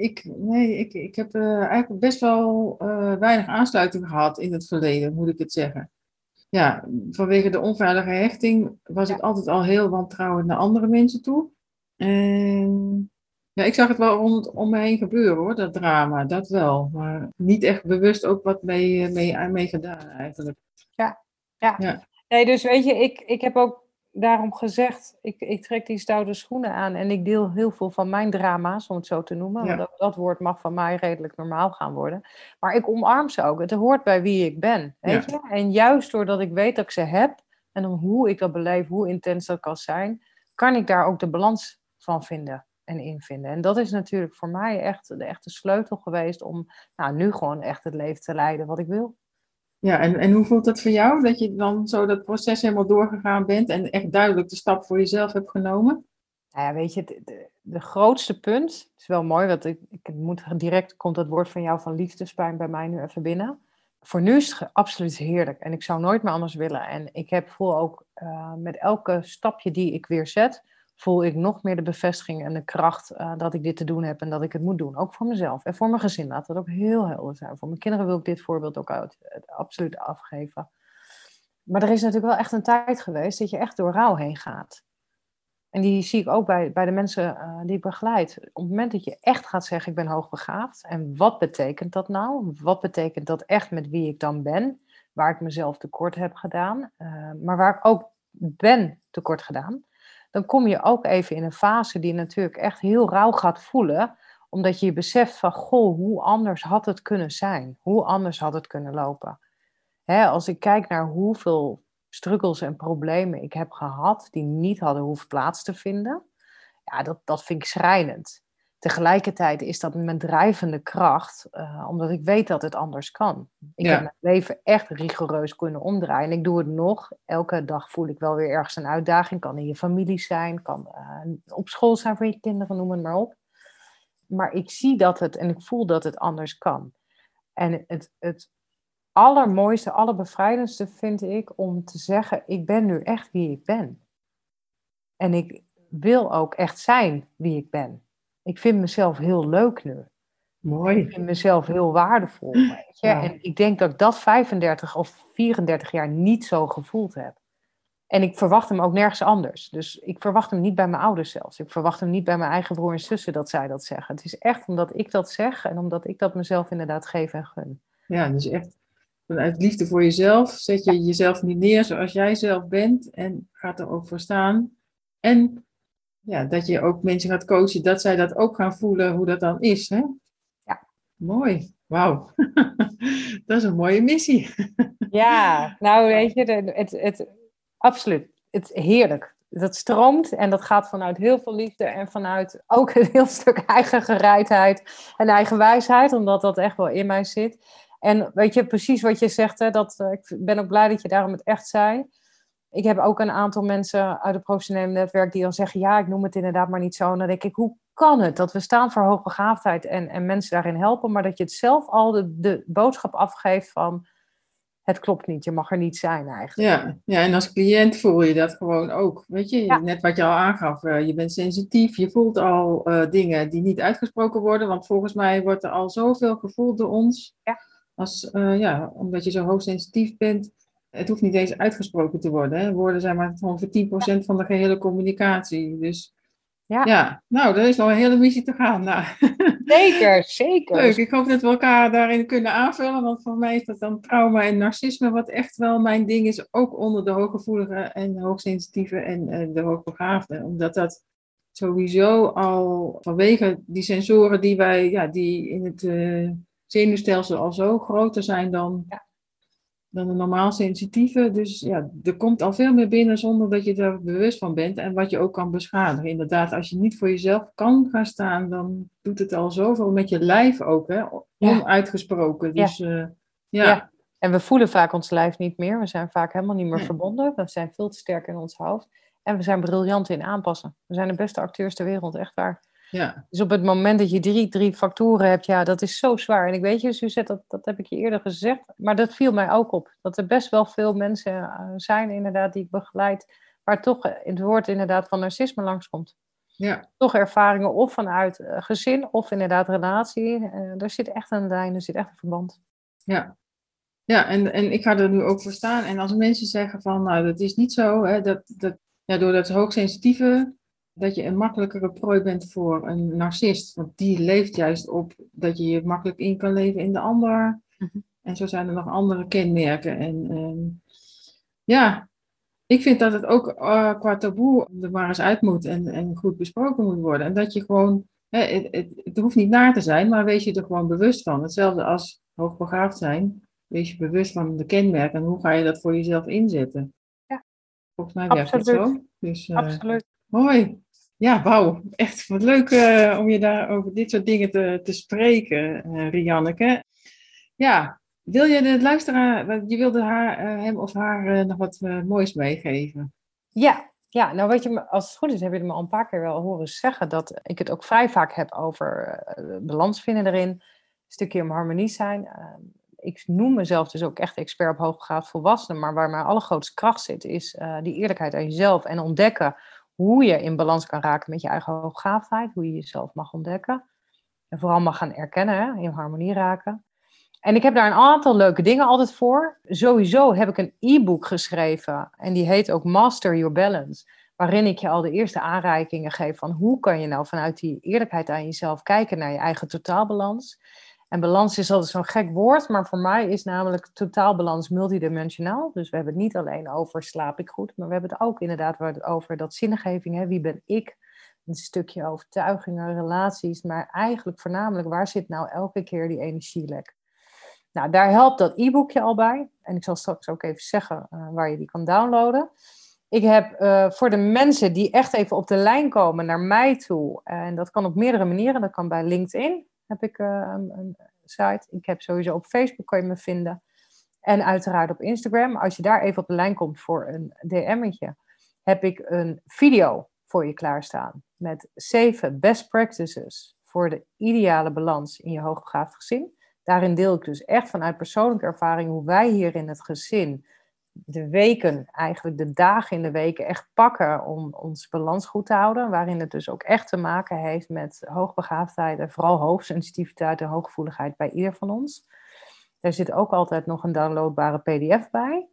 ik heb eigenlijk best wel weinig aansluiting gehad in het verleden, moet ik het zeggen. Ja, vanwege de onveilige hechting was ik altijd al heel wantrouwend naar andere mensen toe. En ja, ik zag het wel om me heen gebeuren hoor, dat drama, dat wel. Maar niet echt bewust ook wat mee gedaan eigenlijk. Ja. Nee, dus weet je, ik heb ook daarom gezegd, ik trek die stoute schoenen aan en ik deel heel veel van mijn drama's, om het zo te noemen. Ja. Want dat woord mag van mij redelijk normaal gaan worden. Maar ik omarm ze ook. Het hoort bij wie ik ben, weet je. En juist doordat ik weet dat ik ze heb en hoe ik dat beleef, hoe intens dat kan zijn, kan ik daar ook de balans van vinden en invinden. En dat is natuurlijk voor mij echt de echte sleutel geweest om nu gewoon echt het leven te leiden wat ik wil. Ja, en hoe voelt dat voor jou, dat je dan zo dat proces helemaal doorgegaan bent en echt duidelijk de stap voor jezelf hebt genomen? Nou ja, weet je, de grootste punt, het is wel mooi, want ik moet direct, komt het woord van jou van liefdespijn bij mij nu even binnen. Voor nu is het absoluut heerlijk en ik zou nooit meer anders willen. En ik voel ook met elke stapje die ik weer zet, voel ik nog meer de bevestiging en de kracht dat ik dit te doen heb en dat ik het moet doen. Ook voor mezelf en voor mijn gezin. Laat dat ook heel helder zijn. Voor mijn kinderen wil ik dit voorbeeld ook absoluut afgeven. Maar er is natuurlijk wel echt een tijd geweest dat je echt door rouw heen gaat. En die zie ik ook bij de mensen die ik begeleid. Op het moment dat je echt gaat zeggen, ik ben hoogbegaafd. En wat betekent dat nou? Wat betekent dat echt met wie ik dan ben? Waar ik mezelf tekort heb gedaan. Maar waar ik ook ben tekort gedaan. Dan kom je ook even in een fase die natuurlijk echt heel rauw gaat voelen. Omdat je beseft van, goh, hoe anders had het kunnen zijn? Hoe anders had het kunnen lopen? Als ik kijk naar hoeveel struggles en problemen ik heb gehad die niet hadden hoeven plaats te vinden. Ja, dat vind ik schrijnend. Tegelijkertijd is dat mijn drijvende kracht, omdat ik weet dat het anders kan. Ik heb mijn leven echt rigoureus kunnen omdraaien. En ik doe het nog. Elke dag voel ik wel weer ergens een uitdaging. Kan in je familie zijn, kan op school zijn voor je kinderen, noem het maar op. Maar ik zie dat het en ik voel dat het anders kan. En het allermooiste, allerbevrijdendste vind ik om te zeggen, ik ben nu echt wie ik ben. En ik wil ook echt zijn wie ik ben. Ik vind mezelf heel leuk nu. Mooi. Ik vind mezelf heel waardevol. Weet je? Ja. En ik denk dat ik dat 35 of 34 jaar niet zo gevoeld heb. En ik verwacht hem ook nergens anders. Dus ik verwacht hem niet bij mijn ouders zelfs. Ik verwacht hem niet bij mijn eigen broer en zussen dat zij dat zeggen. Het is echt omdat ik dat zeg en omdat ik dat mezelf inderdaad geef en gun. Ja, dus echt vanuit liefde voor jezelf zet je jezelf niet neer zoals jij zelf bent en gaat er ook voor staan. En ja, dat je ook mensen gaat coachen, dat zij dat ook gaan voelen hoe dat dan is. Hè? Ja. Mooi. Wauw. Dat is een mooie missie. Ja, nou weet je, absoluut. Het is heerlijk. Dat stroomt en dat gaat vanuit heel veel liefde en vanuit ook een heel stuk eigen gereidheid en eigen wijsheid, omdat dat echt wel in mij zit. En weet je, precies wat je zegt, hè, ik ben ook blij dat je daarom het echt zei. Ik heb ook een aantal mensen uit het professionele netwerk die dan zeggen, ja, ik noem het inderdaad maar niet zo. En dan denk ik, hoe kan het dat we staan voor hoogbegaafdheid en mensen daarin helpen, maar dat je het zelf al de boodschap afgeeft van, het klopt niet, je mag er niet zijn eigenlijk. Ja, en als cliënt voel je dat gewoon ook. Weet je, Ja, net wat je al aangaf, je bent sensitief, je voelt al dingen die niet uitgesproken worden, want volgens mij wordt er al zoveel gevoeld door ons. ja, Omdat je zo hoogsensitief bent, het hoeft niet eens uitgesproken te worden. Hè. Woorden zijn maar ongeveer 10% van de gehele communicatie. Dus ja. ja, nou, dat is nog een hele missie te gaan. Nou, Zeker, zeker. leuk. Ik hoop dat we elkaar daarin kunnen aanvullen, want voor mij is dat dan trauma en narcisme, wat echt wel mijn ding is, ook onder de hooggevoelige en hoogsensitieve en de hoogbegaafde. Omdat dat sowieso al vanwege die sensoren die in het zenuwstelsel al zo groter zijn dan de normaal sensitieve. Dus ja, er komt al veel meer binnen zonder dat je er bewust van bent. En wat je ook kan beschadigen. Inderdaad, als je niet voor jezelf kan gaan staan, dan doet het al zoveel met je lijf ook, hè? Onuitgesproken. Dus Ja. En we voelen vaak ons lijf niet meer. We zijn vaak helemaal niet meer Nee. verbonden. We zijn veel te sterk in ons hoofd. En we zijn briljant in aanpassen. We zijn de beste acteurs ter wereld, echt waar. Ja, Dus op het moment dat je drie factoren hebt, ja, dat is zo zwaar. En ik weet je, Suzette, dat heb ik je eerder gezegd. Maar dat viel mij ook op. Dat er best wel veel mensen zijn, inderdaad, die ik begeleid, waar toch in het woord inderdaad van narcisme langskomt. ja, Toch ervaringen of vanuit gezin of inderdaad relatie. Er zit echt een lijn, er zit echt een verband. ja. Ja, en ik ga er nu ook voor staan. En als mensen zeggen van, nou, dat is niet zo, hè, door dat hoogsensitieve, dat je een makkelijkere prooi bent voor een narcist. Want die leeft juist op dat je je makkelijk in kan leven in de ander. Mhm. En zo zijn er nog andere kenmerken. En ja, ik vind dat het ook qua taboe er maar eens uit moet en goed besproken moet worden. En dat je gewoon, het hoeft niet naar te zijn, maar wees je er gewoon bewust van. Hetzelfde als hoogbegaafd zijn. Wees je bewust van de kenmerken en hoe ga je dat voor jezelf inzetten. Ja, Volgens mij werkt het absoluut. zo. Dus, Absoluut. mooi. Ja, wauw. Echt wat leuk om je daar over dit soort dingen te spreken, Rianneke. Ja, wil je de luisteraar, je wilde hem of haar nog wat moois meegeven? Ja, nou weet je, als het goed is, heb je me al een paar keer wel horen zeggen dat ik het ook vrij vaak heb over balans vinden erin, een stukje om harmonie zijn. Ik noem mezelf dus ook echt expert op hoogbegaafd volwassenen, maar waar mijn allergrootste kracht zit, is die eerlijkheid aan jezelf en ontdekken hoe je in balans kan raken met je eigen hoogbegaafdheid, hoe je jezelf mag ontdekken en vooral mag gaan erkennen, hè, in harmonie raken. En ik heb daar een aantal leuke dingen altijd voor. Sowieso heb ik een e-book geschreven en die heet ook Master Your Balance, waarin ik je al de eerste aanreikingen geef van hoe kan je nou vanuit die eerlijkheid aan jezelf kijken naar je eigen totaalbalans. En balans is altijd zo'n gek woord, maar voor mij is namelijk totaalbalans multidimensionaal. Dus we hebben het niet alleen over slaap ik goed, maar we hebben het ook inderdaad over dat zingeving. Hè? Wie ben ik? Een stukje overtuigingen, relaties, maar eigenlijk voornamelijk waar zit nou elke keer die energielek? Nou, daar helpt dat e-boekje al bij. En ik zal straks ook even zeggen waar je die kan downloaden. Ik heb voor de mensen die echt even op de lijn komen naar mij toe, en dat kan op meerdere manieren, dat kan bij LinkedIn, heb ik een site. Ik heb sowieso op Facebook, kan je me vinden. En uiteraard op Instagram. Als je daar even op de lijn komt voor een DM'tje, heb ik een video voor je klaarstaan met 7 best practices voor de ideale balans in je hoogbegaafd gezin. Daarin deel ik dus echt vanuit persoonlijke ervaring hoe wij hier in het gezin de weken, eigenlijk de dagen in de weken echt pakken om ons balans goed te houden. Waarin het dus ook echt te maken heeft met hoogbegaafdheid en vooral hoogsensitiviteit en hooggevoeligheid bij ieder van ons. Daar zit ook altijd nog een downloadbare pdf bij.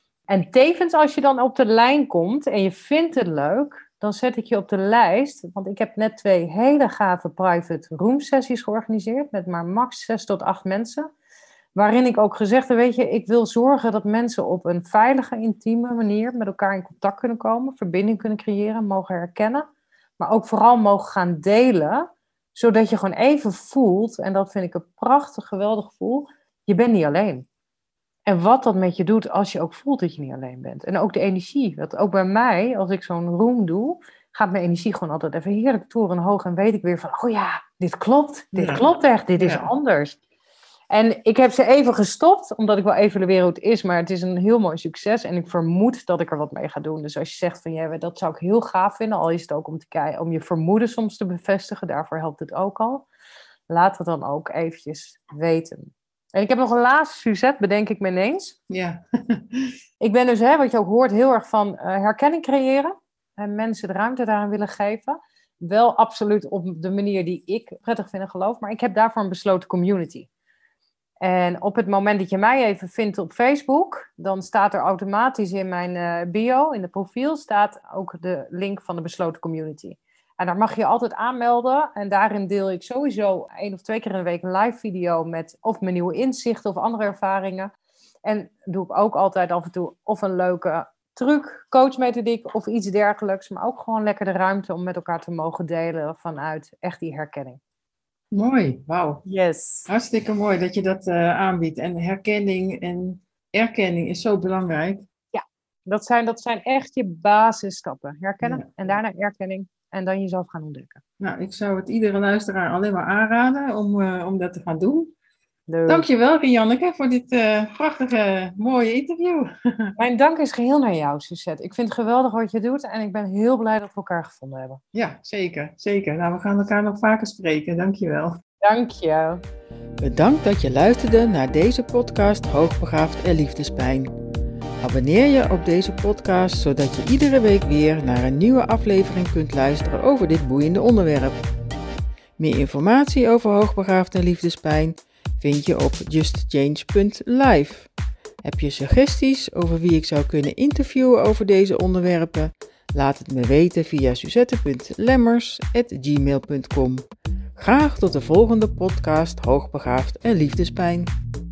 En tevens als je dan op de lijn komt en je vindt het leuk, dan zet ik je op de lijst. Want ik heb net 2 hele gave private room sessies georganiseerd met maar max 6 tot 8 mensen. Waarin ik ook gezegd heb, weet je, ik wil zorgen dat mensen op een veilige, intieme manier met elkaar in contact kunnen komen, verbinding kunnen creëren, mogen herkennen. Maar ook vooral mogen gaan delen, Zodat je gewoon even voelt, en dat vind ik een prachtig, geweldig gevoel, je bent niet alleen. En wat dat met je doet als je ook voelt dat je niet alleen bent. En ook de energie. Want ook bij mij, als ik zo'n room doe, gaat mijn energie gewoon altijd even heerlijk torenhoog. En weet ik weer van, oh ja, dit klopt. Dit klopt echt. Dit is anders. En ik heb ze even gestopt, omdat ik wil evalueren hoe het is. Maar het is een heel mooi succes. En ik vermoed dat ik er wat mee ga doen. Dus als je zegt van, ja, dat zou ik heel gaaf vinden. Al is het ook om te kijken, om je vermoeden soms te bevestigen. Daarvoor helpt het ook al. Laat het dan ook eventjes weten. En ik heb nog een laatste, Suzette, bedenk ik me ineens. Ja. Ik ben dus, wat je ook hoort, heel erg van herkenning creëren. En mensen de ruimte daarin willen geven. Wel absoluut op de manier die ik prettig vind en geloof. Maar ik heb daarvoor een besloten community. En op het moment dat je mij even vindt op Facebook, dan staat er automatisch in mijn bio, in de profiel, staat ook de link van de besloten community. En daar mag je altijd aanmelden. En daarin deel ik sowieso 1 of 2 keer in de week een live video met of mijn nieuwe inzichten of andere ervaringen. En doe ik ook altijd af en toe of een leuke truc, coachmethodiek of iets dergelijks. Maar ook gewoon lekker de ruimte om met elkaar te mogen delen vanuit echt die herkenning. Mooi, wauw. Yes. Hartstikke mooi dat je dat aanbiedt. En herkenning en erkenning is zo belangrijk. Ja, dat zijn echt je basisstappen. Herkennen en daarna erkenning. En dan jezelf gaan ontdekken. Nou, ik zou het iedere luisteraar alleen maar aanraden om dat te gaan doen. Leuk. Dankjewel, Rianneke, voor dit prachtige, mooie interview. Mijn dank is geheel naar jou, Suzette. Ik vind het geweldig wat je doet en ik ben heel blij dat we elkaar gevonden hebben. Ja, zeker, zeker. Nou, we gaan elkaar nog vaker spreken. Dankjewel. Dank je. Bedankt dat je luisterde naar deze podcast Hoogbegaafd en Liefdespijn. Abonneer je op deze podcast, zodat je iedere week weer naar een nieuwe aflevering kunt luisteren over dit boeiende onderwerp. Meer informatie over hoogbegaafd en liefdespijn vind je op justchange.live. Heb je suggesties over wie ik zou kunnen interviewen over deze onderwerpen? Laat het me weten via suzette.lemmers@gmail.com. Graag tot de volgende podcast Hoogbegaafd en Liefdespijn.